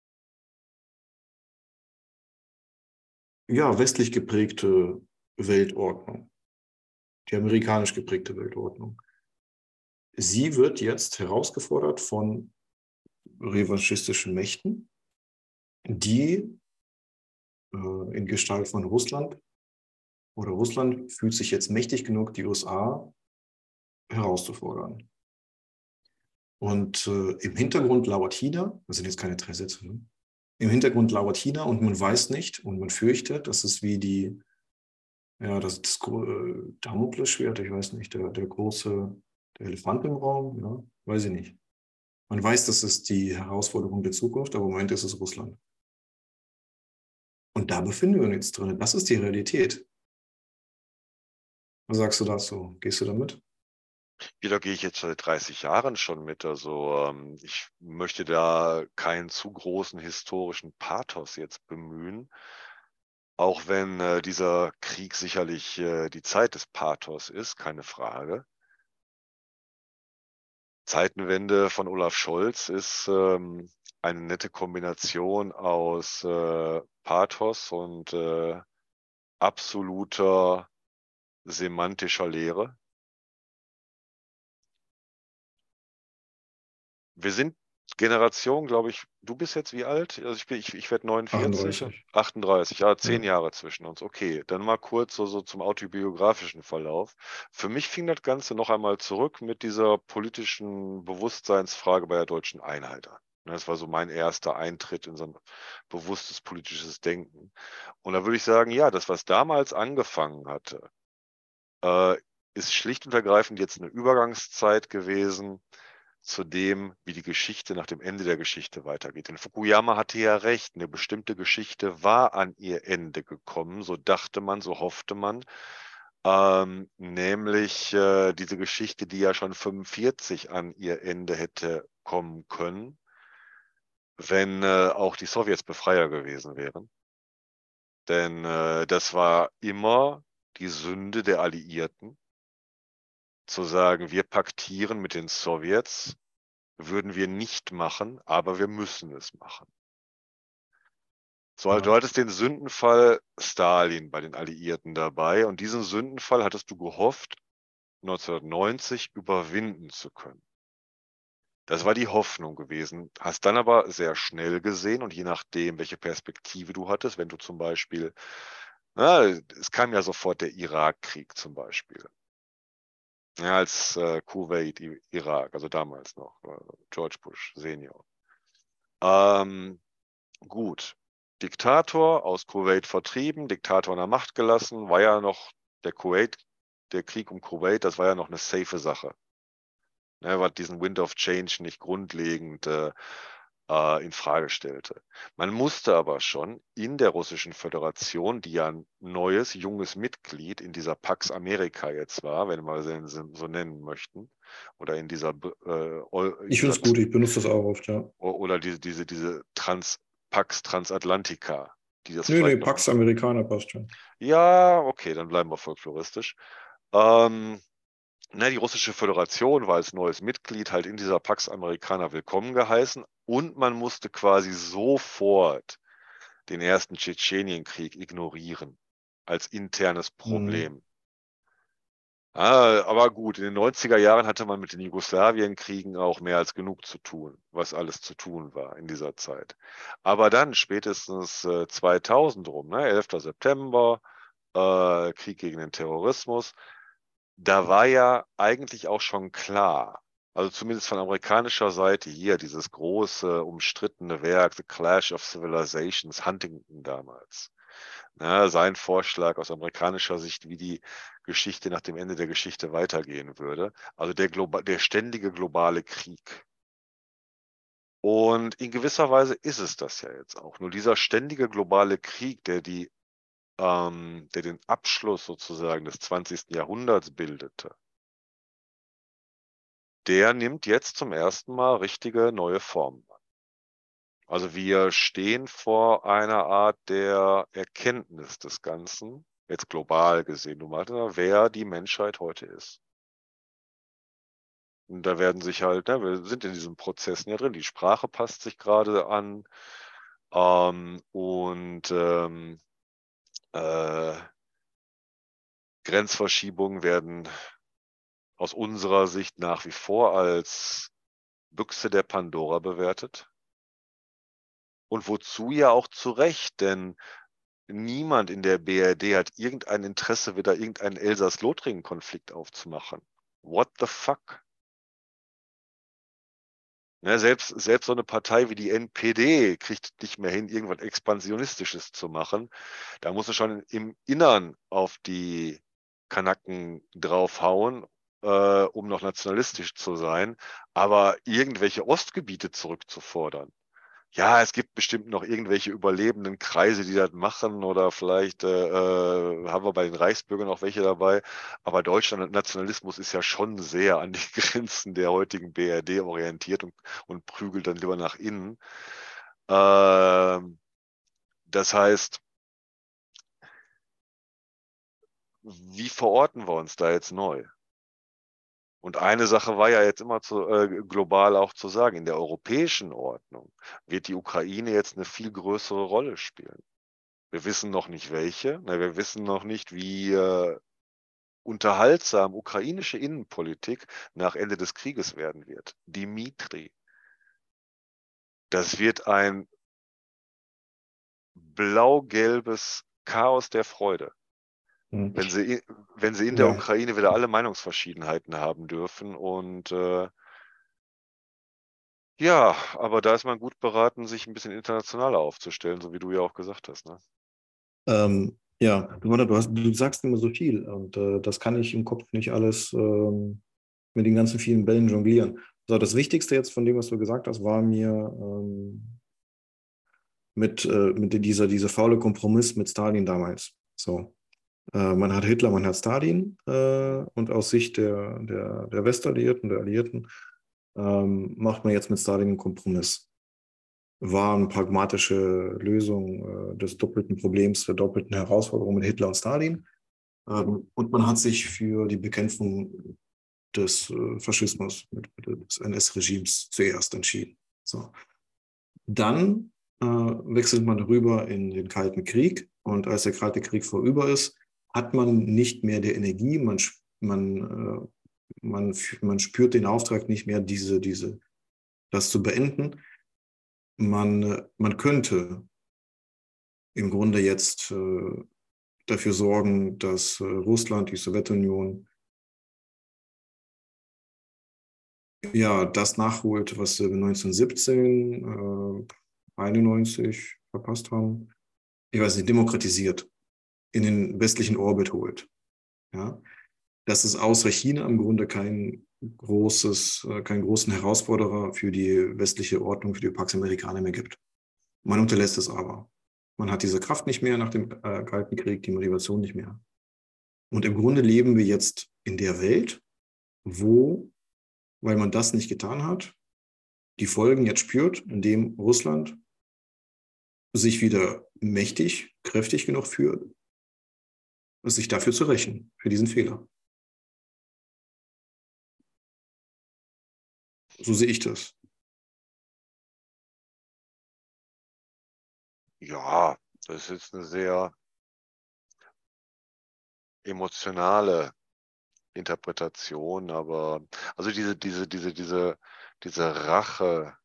ja, westlich geprägte Weltordnung, die amerikanisch geprägte Weltordnung. Sie wird jetzt herausgefordert von revanchistischen Mächten, die äh, in Gestalt von Russland oder Russland fühlt sich jetzt mächtig genug, die U S A herauszufordern. Und äh, im Hintergrund lauert China, das sind jetzt keine drei Sätze, ne? Im Hintergrund lauert China und man weiß nicht und man fürchtet, das ist wie die, ja, das, das äh, Damoklesschwert, ich weiß nicht, der, der große der Elefant im Raum, ja, weiß ich nicht. Man weiß, das ist die Herausforderung der Zukunft, aber im Moment ist es Russland. Und da befinden wir uns jetzt drin. Das ist die Realität. Was sagst du dazu? Gehst du damit? Ja, da gehe ich jetzt seit dreißig Jahren schon mit. Also, ähm, ich möchte da keinen zu großen historischen Pathos jetzt bemühen, auch wenn, äh, dieser Krieg sicherlich, äh, die Zeit des Pathos ist, keine Frage. Zeitenwende von Olaf Scholz ist, ähm, eine nette Kombination aus, äh, Pathos und, äh, absoluter semantischer Leere. Wir sind Generation, glaube ich du bist jetzt wie alt? Also, ich bin ich ich werde neunundvierzig, achtunddreißig. achtunddreißig, ja, zehn Ja. Jahre zwischen uns. Okay, dann mal kurz so so zum autobiografischen Verlauf. Für mich fing das Ganze noch einmal zurück mit dieser politischen Bewusstseinsfrage bei der deutschen Einheit an. Das war so mein erster Eintritt in so ein bewusstes politisches Denken. Und da würde ich sagen, ja, das, was damals angefangen hatte, äh, ist schlicht und ergreifend jetzt eine Übergangszeit gewesen zu dem, wie die Geschichte nach dem Ende der Geschichte weitergeht. Denn Fukuyama hatte ja recht, eine bestimmte Geschichte war an ihr Ende gekommen, so dachte man, so hoffte man. Ähm, nämlich äh, diese Geschichte, die ja schon fünfundvierzig an ihr Ende hätte kommen können, wenn äh, auch die Sowjets Befreier gewesen wären. Denn äh, das war immer die Sünde der Alliierten, zu sagen, wir paktieren mit den Sowjets, würden wir nicht machen, aber wir müssen es machen. So, also du Ja. hattest den Sündenfall Stalin bei den Alliierten dabei und diesen Sündenfall hattest du gehofft, neunzehnhundertneunzig überwinden zu können. Das war die Hoffnung gewesen, hast dann aber sehr schnell gesehen und je nachdem, welche Perspektive du hattest, wenn du zum Beispiel, na, es kam ja sofort der Irakkrieg zum Beispiel, ja, als äh, Kuwait, I Irak, also damals noch, äh, George Bush Senior. Ähm, gut, Diktator aus Kuwait vertrieben, Diktator an der Macht gelassen, war ja noch der Kuwait, der Krieg um Kuwait, das war ja noch eine safe Sache. Ne, was diesen Wind of Change nicht grundlegend äh, äh, in Frage stellte. Man musste aber schon in der Russischen Föderation, die ja ein neues, junges Mitglied in dieser Pax America jetzt war, wenn wir sie so nennen möchten, oder in dieser, äh, in Ich finde dieser es gut, ich benutze das auch oft, ja. oder diese, diese, diese Trans, Pax Transatlantica, die das Nee, nee, vielleicht noch. Pax Amerikaner passt schon. Ja, okay, dann bleiben wir folkloristisch. Ähm, Na, die Russische Föderation war als neues Mitglied halt in dieser Pax Americana willkommen geheißen und man musste quasi sofort den ersten Tschetschenienkrieg ignorieren als internes Mhm. Problem. Ah, aber gut, in den neunziger Jahren hatte man mit den Jugoslawienkriegen auch mehr als genug zu tun, was alles zu tun war in dieser Zeit. Aber dann spätestens äh, zweitausend rum, ne, elfter September, äh, Krieg gegen den Terrorismus, da war ja eigentlich auch schon klar, also zumindest von amerikanischer Seite hier, dieses große, umstrittene Werk, The Clash of Civilizations, Huntington damals. Ne, sein Vorschlag aus amerikanischer Sicht, wie die Geschichte nach dem Ende der Geschichte weitergehen würde. Also der, Globa der ständige globale Krieg. Und in gewisser Weise ist es das ja jetzt auch. Nur dieser ständige globale Krieg, der die ähm, der den Abschluss sozusagen des zwanzigsten Jahrhunderts bildete, der nimmt jetzt zum ersten Mal richtige neue Formen an. Also wir stehen vor einer Art der Erkenntnis des Ganzen, jetzt global gesehen, du meintest, wer die Menschheit heute ist. Und da werden sich halt, ne, wir sind in diesen Prozessen ja drin, die Sprache passt sich gerade an ähm, und ähm, äh, Grenzverschiebungen werden aus unserer Sicht nach wie vor als Büchse der Pandora bewertet. Und wozu ja auch zu Recht, denn niemand in der B R D hat irgendein Interesse, wieder irgendeinen Elsass-Lothringen-Konflikt aufzumachen. What the fuck? Ne, selbst, selbst so eine Partei wie die N P D kriegt nicht mehr hin, irgendwas Expansionistisches zu machen. Da muss es schon im Innern auf die Kanaken draufhauen, äh, um noch nationalistisch zu sein. Aber irgendwelche Ostgebiete zurückzufordern, ja, es gibt bestimmt noch irgendwelche überlebenden Kreise, die das machen oder vielleicht äh, äh, haben wir bei den Reichsbürgern auch welche dabei. Aber Deutschland und Nationalismus ist ja schon sehr an die Grenzen der heutigen B R D orientiert und, und prügelt dann lieber nach innen. Ähm, das heißt, wie verorten wir uns da jetzt neu? Und eine Sache war ja jetzt immer zu, äh, global auch zu sagen, in der europäischen Ordnung wird die Ukraine jetzt eine viel größere Rolle spielen. Wir wissen noch nicht welche. Ne, wir wissen noch nicht, wie äh, unterhaltsam ukrainische Innenpolitik nach Ende des Krieges werden wird. Dimitri, das wird ein blau-gelbes Chaos der Freude. Mhm. Wenn sie, wenn sie in der Ja, Ukraine wieder alle Meinungsverschiedenheiten haben dürfen und äh, Ja, aber da ist man gut beraten, sich ein bisschen internationaler aufzustellen, so wie du ja auch gesagt hast, ne? Ähm, ja, du, du, hast, du sagst immer so viel und äh, das kann ich im Kopf nicht alles ähm, mit den ganzen vielen Bällen jonglieren. So, das Wichtigste jetzt von dem, was du gesagt hast, war mir ähm, mit, äh, mit dieser, dieser faule Kompromiss mit Stalin damals. So, äh, man hat Hitler, man hat Stalin äh, Mhm. und aus Sicht der, der, der Westalliierten, der Alliierten, ähm, macht man jetzt mit Stalin einen Kompromiss. War eine pragmatische Lösung äh, des doppelten Problems, der doppelten Herausforderung mit Hitler und Stalin. Ähm, und man hat sich für die Bekämpfung des äh, Faschismus, mit, des N S-Regimes zuerst entschieden. So. Dann äh, wechselt man rüber in den Kalten Krieg und als der Kalte Krieg vorüber ist, hat man nicht mehr die Energie, man, man, äh, man, man spürt den Auftrag nicht mehr, diese, diese, das zu beenden. Man, äh, man könnte im Grunde jetzt äh, dafür sorgen, dass äh, Russland, die Sowjetunion, ja, das nachholt, was sie neunzehnhundertsiebzehn, äh, einundneunzig verpasst haben. Ich weiß nicht, demokratisiert, in den westlichen Orbit holt. Ja? Dass es außer China im Grunde kein großes, äh, keinen großen Herausforderer für die westliche Ordnung, für die Pax Americana mehr gibt. Man unterlässt es aber. Man hat diese Kraft nicht mehr nach dem äh, Kalten Krieg, die Motivation nicht mehr. Und im Grunde leben wir jetzt in der Welt, wo, weil man das nicht getan hat, die Folgen jetzt spürt, indem Russland sich wieder mächtig, kräftig genug fühlt, sich dafür zu rächen, für diesen Fehler. So sehe ich das. Ja, das ist jetzt 'ne sehr emotionale Interpretation, aber also diese diese diese diese diese Rache,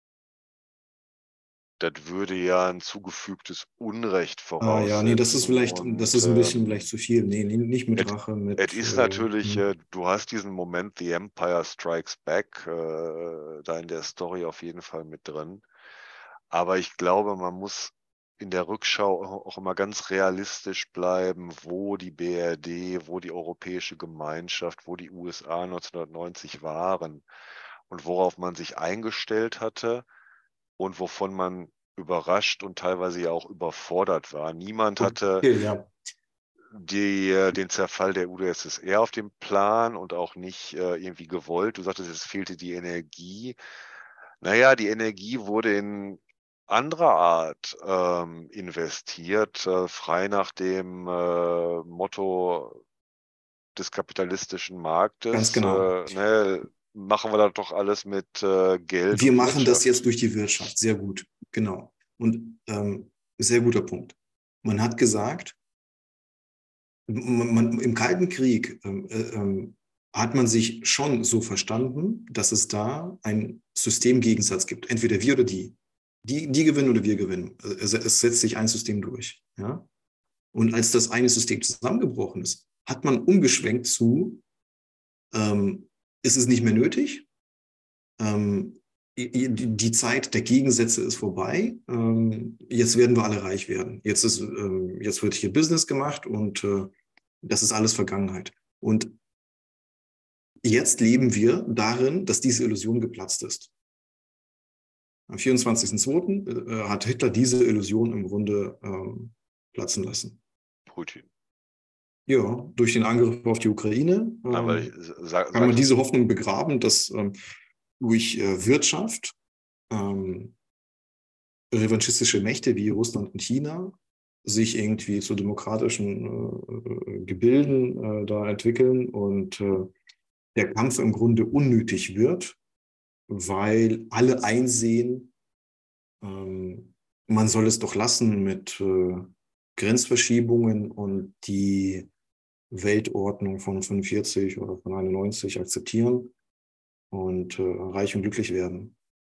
das würde ja 'n zugefügtes Unrecht Ah ja, nee, das ist voraussetzen vielleicht, das und, ist ein bisschen vielleicht ähm, zu viel. Nee, nee, nicht mit et Rache, es mit, ist äh, natürlich, hm. äh du hast diesen Moment „The Empire Strikes Back", äh, da in der Story auf jeden Fall mit drin. Aber ich glaube, man muss in der Rückschau au auch immer ganz realistisch bleiben, wo die B R D, wo die Europäische Gemeinschaft, wo die U S A neunzehnhundertneunzig waren und worauf man sich eingestellt hatte und wovon man überrascht und teilweise ja auch überfordert war. Niemand hatte Okay, ja, die äh, den Zerfall der U d S S R auf dem Plan und auch nicht, äh, irgendwie gewollt. Du sagtest, es fehlte die Energie. Na ja, die Energie wurde in anderer Art, ähm, investiert, äh, frei nach dem, äh, Motto des kapitalistischen ganz Marktes, äh, genau. ne, machen wir das doch alles mit, äh, Geld Wir und machen das jetzt Wirtschaft. durch die Wirtschaft. Sehr gut, genau. Und ähm, sehr guter Punkt. Man hat gesagt, man, man, im Kalten Krieg ähm, äh, ähm, hat man sich schon so verstanden, dass es da einen Systemgegensatz gibt. Entweder wir oder die. Die, die gewinnen oder wir gewinnen. Es, es setzt sich ein System durch. Ja? Und als das eine System zusammengebrochen ist, hat man umgeschwenkt zu, ähm, ist es nicht mehr nötig, ähm, die, die Zeit der Gegensätze ist vorbei. Ähm, jetzt werden wir alle reich werden. Jetzt, ist, ähm, jetzt wird hier Business gemacht und äh, das ist alles Vergangenheit. Und jetzt leben wir darin, dass diese Illusion geplatzt ist. Am vierundzwanzigsten zweiten Äh, hat Hitler diese Illusion im Grunde ähm, platzen lassen. Putin. Ja, durch den Angriff auf die Ukraine Na, weil ich ähm, sa kann man sagtest diese du Hoffnung begraben, dass ähm, durch äh, Wirtschaft ähm, revanchistische Mächte wie Russland und China sich irgendwie zu demokratischen äh, äh, Gebilden äh, da entwickeln und äh, der Kampf im Grunde unnötig wird, weil alle einsehen, ähm, man soll es doch lassen mit äh, Grenzverschiebungen und die Weltordnung von fünfundvierzig oder von einundneunzig akzeptieren und äh, reich und glücklich werden.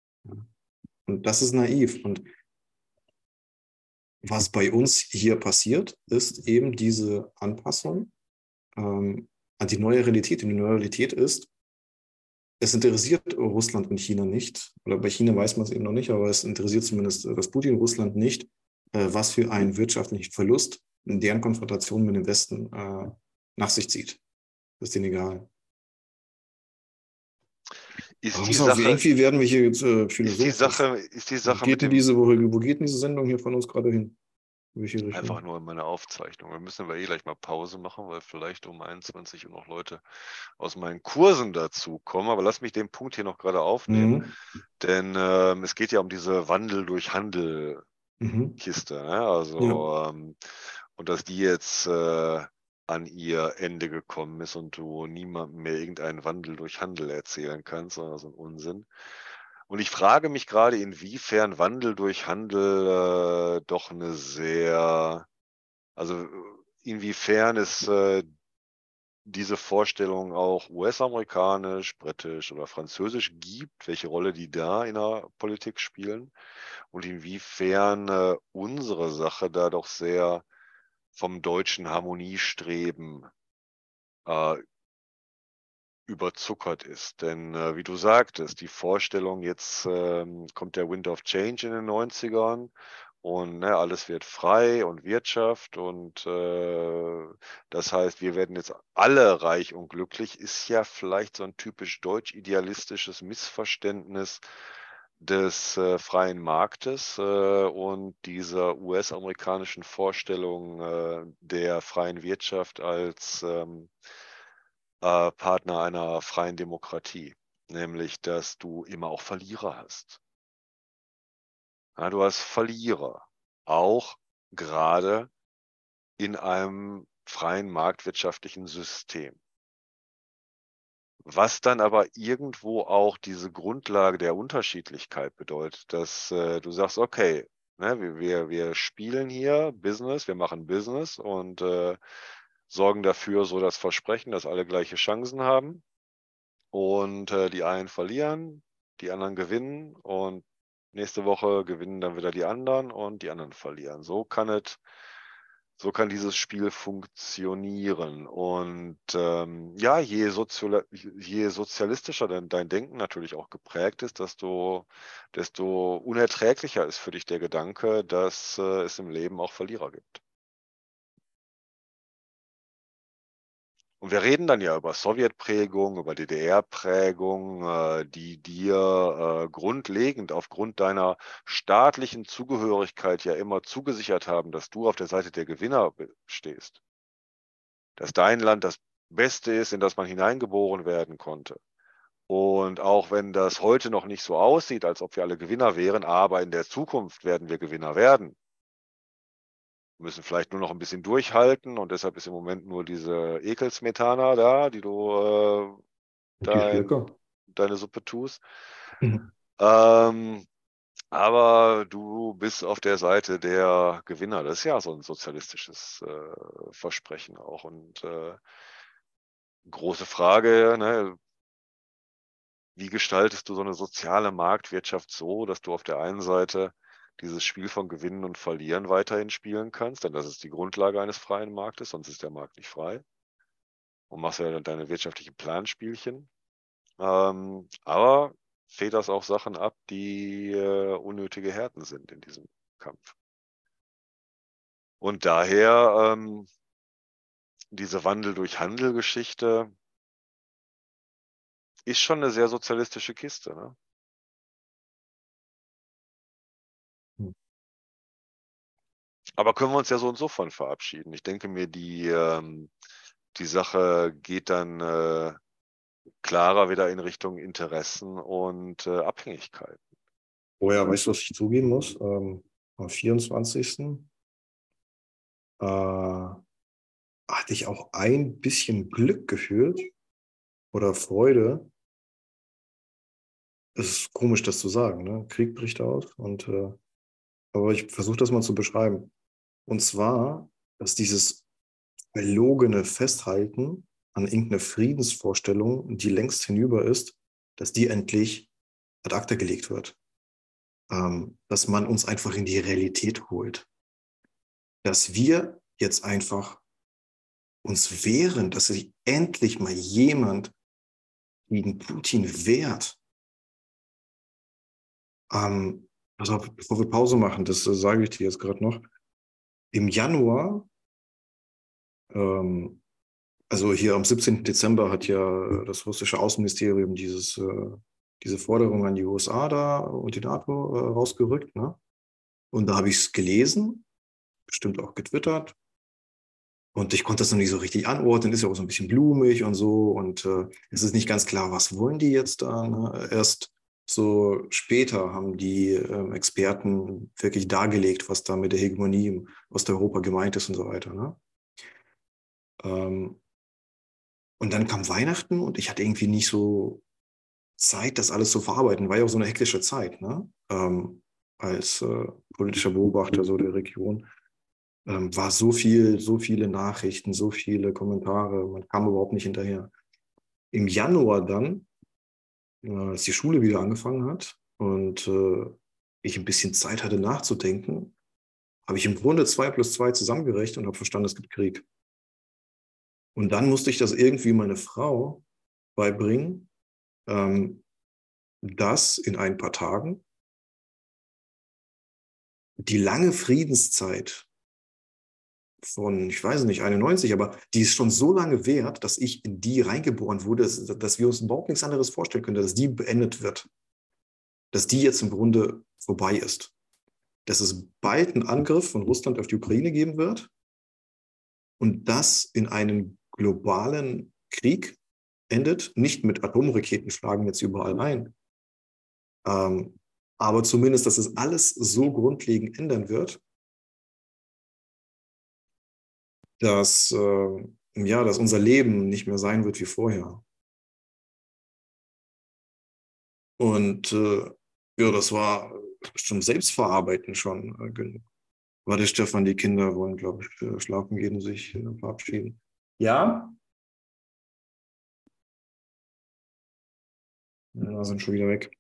Und das ist naiv. Und was bei uns hier passiert, ist eben diese Anpassung ähm, an die neue Realität. Und die neue Realität ist, es interessiert Russland und China nicht, oder bei China weiß man es eben noch nicht, aber es interessiert zumindest das Putin Russland nicht, äh, was für einen wirtschaftlichen Verlust deren Konfrontation mit dem Westen äh, nach sich zieht. Das ist denen egal. Ist Aber die pass auf, Sache, irgendwie werden wir hier jetzt äh, ist die philosophisch. Sache, ist die Wo Sache mit geht denn dem diese, wo, wo geht denn diese Sendung hier von uns gerade hin? In welche einfach Richtung? nur in meiner Aufzeichnung. Wir müssen aber eh gleich mal Pause machen, weil vielleicht um einundzwanzig Uhr noch Leute aus meinen Kursen dazukommen. Aber lass mich den Punkt hier noch gerade aufnehmen, Mhm. denn ähm, es geht ja um diese Wandel durch Handel Mhm. Kiste, ne? Ja. Also, ähm, und dass die jetzt äh, an ihr Ende gekommen ist und du niemandem mehr irgendeinen Wandel durch Handel erzählen kannst, sondern so ein Unsinn. Und ich frage mich gerade, inwiefern Wandel durch Handel äh, doch eine sehr, also inwiefern es äh, diese Vorstellung auch U S-amerikanisch, britisch oder französisch gibt, welche Rolle die da in der Politik spielen und inwiefern äh, unsere Sache da doch sehr vom deutschen Harmoniestreben äh, überzuckert ist. Denn äh, wie du sagtest, die Vorstellung, jetzt ähm, kommt der Wind of Change in den neunzigern und ne, alles wird frei und Wirtschaft und äh, das heißt, wir werden jetzt alle reich und glücklich, ist ja vielleicht so ein typisch deutsch-idealistisches Missverständnis des äh, freien Marktes äh, und dieser U S-amerikanischen Vorstellung äh, der freien Wirtschaft als ähm, äh, Partner einer freien Demokratie, nämlich dass du immer auch Verlierer hast. Ja, du hast Verlierer, auch gerade in einem freien marktwirtschaftlichen System. Was dann aber irgendwo auch diese Grundlage der Unterschiedlichkeit bedeutet, dass äh, du sagst, okay, ne, wir, wir, wir spielen hier Business, wir machen Business und äh, sorgen dafür, so das Versprechen, dass alle gleiche Chancen haben. Und äh, die einen verlieren, die anderen gewinnen und nächste Woche gewinnen dann wieder die anderen und die anderen verlieren. So kann es, so kann dieses Spiel funktionieren. Und ähm, ja, je, sozial, je sozialistischer dein, dein Denken natürlich auch geprägt ist, desto, desto unerträglicher ist für dich der Gedanke, dass äh, es im Leben auch Verlierer gibt. Und wir reden dann ja über Sowjetprägung, über D D R-Prägung, äh, die dir äh, grundlegend aufgrund deiner staatlichen Zugehörigkeit ja immer zugesichert haben, dass du auf der Seite der Gewinner stehst. Dass dein Land das Beste ist, in das man hineingeboren werden konnte. Und auch wenn das heute noch nicht so aussieht, als ob wir alle Gewinner wären, aber in der Zukunft werden wir Gewinner werden. Wir müssen vielleicht nur noch ein bisschen durchhalten und deshalb ist im Moment nur diese Ekelsmetana da, die du äh, Die ist dein, lecker. deine Suppe tust. Mhm. Ähm, aber du bist auf der Seite der Gewinner. Das ist ja so ein sozialistisches äh, Versprechen auch. Und äh, große Frage, ne, wie gestaltest du so eine soziale Marktwirtschaft so, dass du auf der einen Seite dieses Spiel von Gewinnen und Verlieren weiterhin spielen kannst, denn das ist die Grundlage eines freien Marktes, sonst ist der Markt nicht frei. Und machst ja dann deine wirtschaftlichen Planspielchen. Ähm, aber federt auch Sachen ab, die äh, unnötige Härten sind in diesem Kampf. Und daher ähm, diese Wandel durch Handel-Geschichte ist schon eine sehr sozialistische Kiste. Ne? Aber können wir uns ja so und so von verabschieden. Ich denke mir, die, ähm, die Sache geht dann äh, klarer wieder in Richtung Interessen und äh, Abhängigkeit. Oh ja, weißt du, was ich zugeben muss? Ähm, am vierundzwanzigsten Äh, hatte ich auch ein bisschen Glück gefühlt oder Freude. Es ist komisch, das zu sagen, ne? Krieg bricht aus und äh, aber ich versuche das mal zu beschreiben. Und zwar, dass dieses verlogene Festhalten an irgendeiner Friedensvorstellung, die längst hinüber ist, dass die endlich ad acta gelegt wird. Ähm, dass man uns einfach in die Realität holt. Dass wir jetzt einfach uns wehren, dass sich endlich mal jemand gegen Putin wehrt. Ähm, also bevor wir Pause machen, das äh, sage ich dir jetzt gerade noch. Im Januar, ähm, also hier am siebzehnten Dezember hat ja das russische Außenministerium dieses, äh, diese Forderung an die U S A da und die NATO äh, rausgerückt. Ne? Und da habe ich es gelesen, bestimmt auch getwittert. Und ich konnte das noch nicht so richtig anordnen, ist ja auch so ein bisschen blumig und so. Und äh, es ist nicht ganz klar, was wollen die jetzt da. Ne? Erst so später haben die ähm, Experten wirklich dargelegt, was da mit der Hegemonie im Osteuropa gemeint ist und so weiter. Ne? Ähm, und dann kam Weihnachten und ich hatte irgendwie nicht so Zeit, das alles zu verarbeiten. War ja auch so eine hektische Zeit, ne? Ähm, als äh, politischer Beobachter so der Region. Ähm, war so viel, so viele Nachrichten, so viele Kommentare, man kam überhaupt nicht hinterher. Im Januar dann, äh, als die Schule wieder angefangen hat und äh, ich ein bisschen Zeit hatte nachzudenken, habe ich im Grunde zwei plus zwei zusammengerechnet und habe verstanden, es gibt Krieg. Und dann musste ich das irgendwie meiner Frau beibringen, ähm, dass in ein paar Tagen die lange Friedenszeit von, ich weiß nicht, einundneunzig, aber die ist schon so lange wert, dass ich in die reingeboren wurde, dass, dass wir uns überhaupt nichts anderes vorstellen können, dass die beendet wird. Dass die jetzt im Grunde vorbei ist. Dass es bald einen Angriff von Russland auf die Ukraine geben wird und das in einem globalen Krieg endet. Nicht mit Atomraketen schlagen jetzt überall ein. Ähm, aber zumindest, dass es alles so grundlegend ändern wird, dass, äh, ja, dass unser Leben nicht mehr sein wird wie vorher. Und äh, ja, das war schon Selbstverarbeiten schon äh, genug. Warte, Stefan, die Kinder wollen, glaube ich, äh, schlafen gehen und sich äh, verabschieden. Ja? Ja, sind schon wieder weg.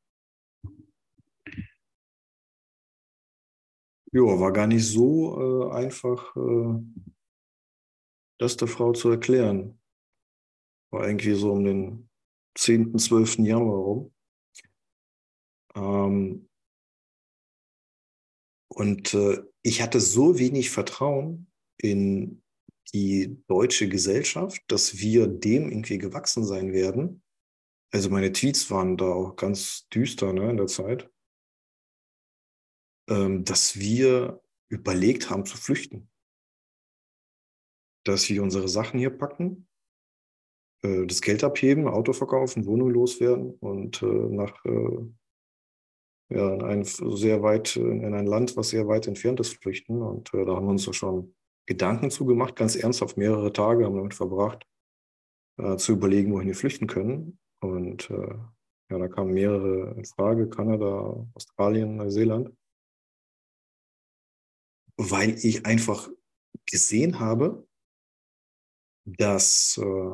Ja, war gar nicht so äh, einfach, äh, das der Frau zu erklären. War irgendwie so um den zehnten, zwölften Januar rum. Ähm, und äh, ich hatte so wenig Vertrauen in die deutsche Gesellschaft, dass wir dem irgendwie gewachsen sein werden. Also meine Tweets waren da auch ganz düster, ne, in der Zeit, ähm, dass wir überlegt haben zu flüchten. Dass wir unsere Sachen hier packen, äh, das Geld abheben, Auto verkaufen, Wohnung loswerden und äh, nach äh, ja, in ein sehr weit, in ein Land, was sehr weit entfernt ist, flüchten. Und äh, da haben wir uns ja schon Gedanken zugemacht, ganz ernsthaft mehrere Tage haben wir damit verbracht, äh, zu überlegen, wohin wir flüchten können. Und äh, ja, da kamen mehrere in Frage, Kanada, Australien, Neuseeland, weil ich einfach gesehen habe, dass äh,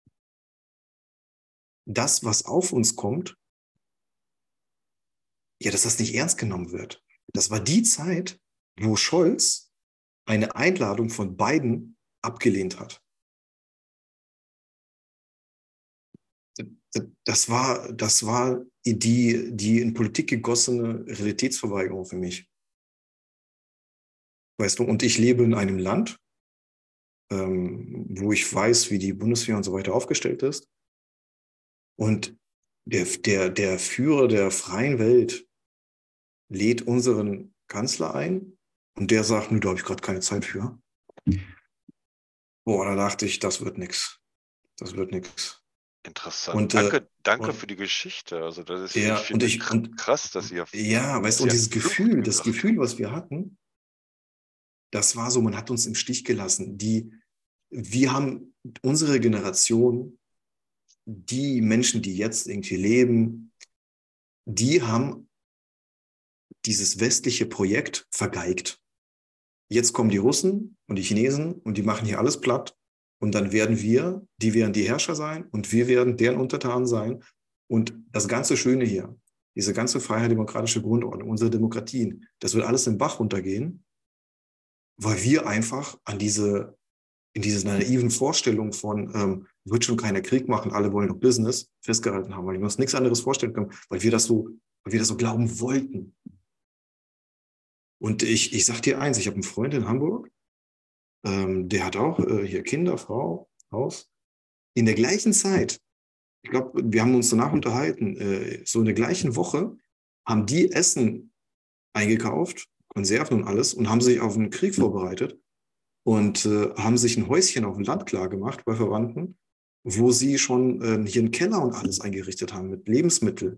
das, was auf uns kommt, ja, dass das nicht ernst genommen wird. Das war die Zeit, wo Scholz eine Einladung von Biden abgelehnt hat. Das war, das war die, die in Politik gegossene Realitätsverweigerung für mich. Weißt du, und ich lebe in einem Land, ähm, wo ich weiß, wie die Bundeswehr und so weiter aufgestellt ist. Und der, der, der Führer der freien Welt lädt unseren Kanzler ein und der sagt, nö, da habe ich gerade keine Zeit für. Boah, da dachte ich, das wird nichts. Das wird nichts. Interessant. Und, äh, Danke, danke für und die Geschichte. Also das ist, ich ja, und finde ich, kr- und krass, dass ihr, ja, weißt du, dass und ihr dieses Flucht Gefühl, das gesagt Gefühl, habt. was wir hatten, das war so, man hat uns im Stich gelassen. Die, wir haben unsere Generation, die Menschen, die jetzt irgendwie leben, die haben dieses westliche Projekt vergeigt. Jetzt kommen die Russen und die Chinesen und die machen hier alles platt. Und dann werden wir, die werden die Herrscher sein und wir werden deren Untertanen sein. Und das ganze Schöne hier, diese ganze freiheitlich-demokratische Grundordnung, unsere Demokratien, das wird alles im Bach runtergehen, weil wir einfach an diese, in diese naiven Vorstellungen von, ähm, wird schon keiner Krieg machen, alle wollen doch Business, festgehalten haben, weil wir uns nichts anderes vorstellen können, weil wir das so, weil wir das so glauben wollten. Und ich, ich sag dir eins, ich habe einen Freund in Hamburg, ähm, der hat auch äh, hier Kinder, Frau, Haus. In der gleichen Zeit, ich glaube, wir haben uns danach unterhalten, äh, so in der gleichen Woche haben die Essen eingekauft, Konserven und alles, und haben sich auf den Krieg vorbereitet und äh, haben sich ein Häuschen auf dem Land klar gemacht bei Verwandten, wo sie schon äh, hier einen Keller und alles eingerichtet haben mit Lebensmitteln.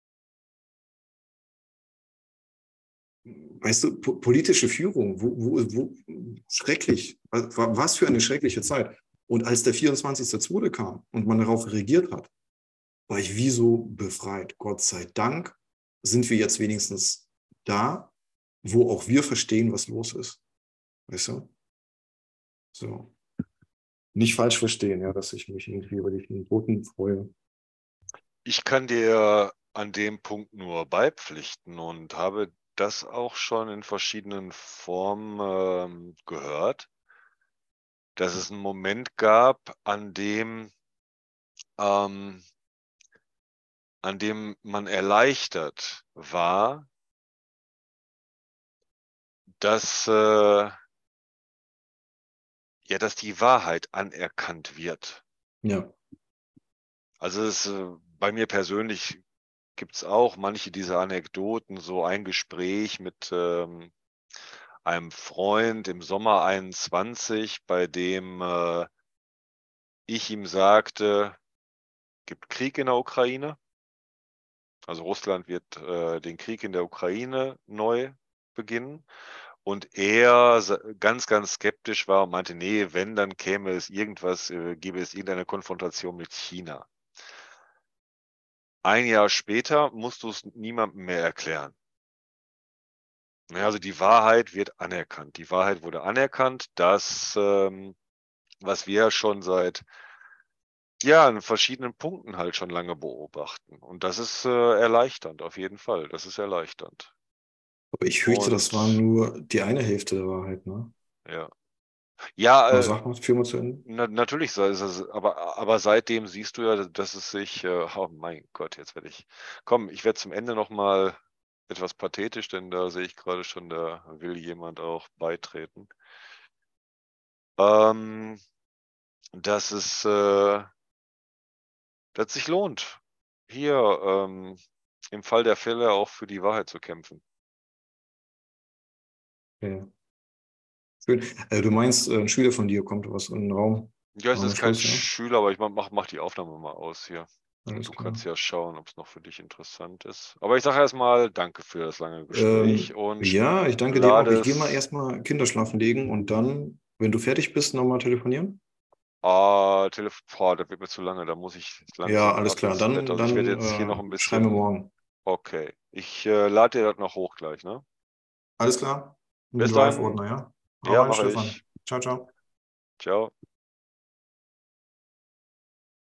Weißt du, po politische Führung, wo, wo, wo, schrecklich, was für eine schreckliche Zeit. Und als der vierundzwanzigste zweite kam und man darauf reagiert hat, war ich wie so befreit. Gott sei Dank sind wir jetzt wenigstens da, wo auch wir verstehen, was los ist. Weißt du? So. Nicht falsch verstehen, ja, dass ich mich irgendwie über die Toten freue. Ich kann dir an dem Punkt nur beipflichten und habe das auch schon in verschiedenen Formen ähm, gehört, dass es einen Moment gab, an dem, ähm, an dem man erleichtert war, dass, äh, ja, dass die Wahrheit anerkannt wird. Ja. Also es, äh, bei mir persönlich gibt es auch manche dieser Anekdoten, so ein Gespräch mit ähm, einem Freund im Sommer einundzwanzig, bei dem äh, ich ihm sagte, gibt Krieg in der Ukraine. Also Russland wird äh, den Krieg in der Ukraine neu beginnen. Und er ganz, ganz skeptisch war und meinte, nee, wenn, dann käme es irgendwas, äh, gäbe es irgendeine Konfrontation mit China. Ein Jahr später musst du es niemandem mehr erklären. Ja, also die Wahrheit wird anerkannt. Die Wahrheit wurde anerkannt, dass, ähm, was wir schon seit ja, in verschiedenen Punkten halt schon lange beobachten. Und das ist äh, erleichternd, auf jeden Fall. Das ist erleichternd. Aber ich fürchte, das war Und nur die eine Hälfte der Wahrheit, ne? ja, ja, Aber äh, sag mal, führ mal zu Ende. na, natürlich, sei es, aber, aber seitdem siehst du ja, dass es sich, äh, oh mein Gott, jetzt werde ich, komm, ich werde zum Ende nochmal etwas pathetisch, denn da sehe ich gerade schon, da will jemand auch beitreten. Ähm, dass es, äh, dass es sich lohnt, hier ähm, im Fall der Fälle auch für die Wahrheit zu kämpfen. Ja. Schön. Äh, du meinst, äh, ein Schüler von dir kommt was in den Raum. Ja, es Machen wir ist kein Schluss, ja? Schüler, aber ich mach, mach, mach die Aufnahme mal aus hier. Und Alles du klar. kannst ja schauen, ob es noch für dich interessant ist. Aber ich sage erstmal danke für das lange Gespräch Ähm, und ja, ich danke dir auch. lade Ich gehe mal es. erstmal Kinderschlafen legen und dann, wenn du fertig bist, nochmal telefonieren. Ah, Telefon, boah, das wird mir zu lange, da muss ich Ja, langsam alles ab klar. ins Bett. Dann, Also ich werde dann jetzt hier noch ein äh, schreiben wir bisschen. morgen. Okay. Ich äh, lade dir das noch hoch gleich, ne? Alles klar? Im Bis dann. Drive-Ordner, ja? Hau Ja, rein, mache Stefan. ich. Ciao, ciao. Ciao.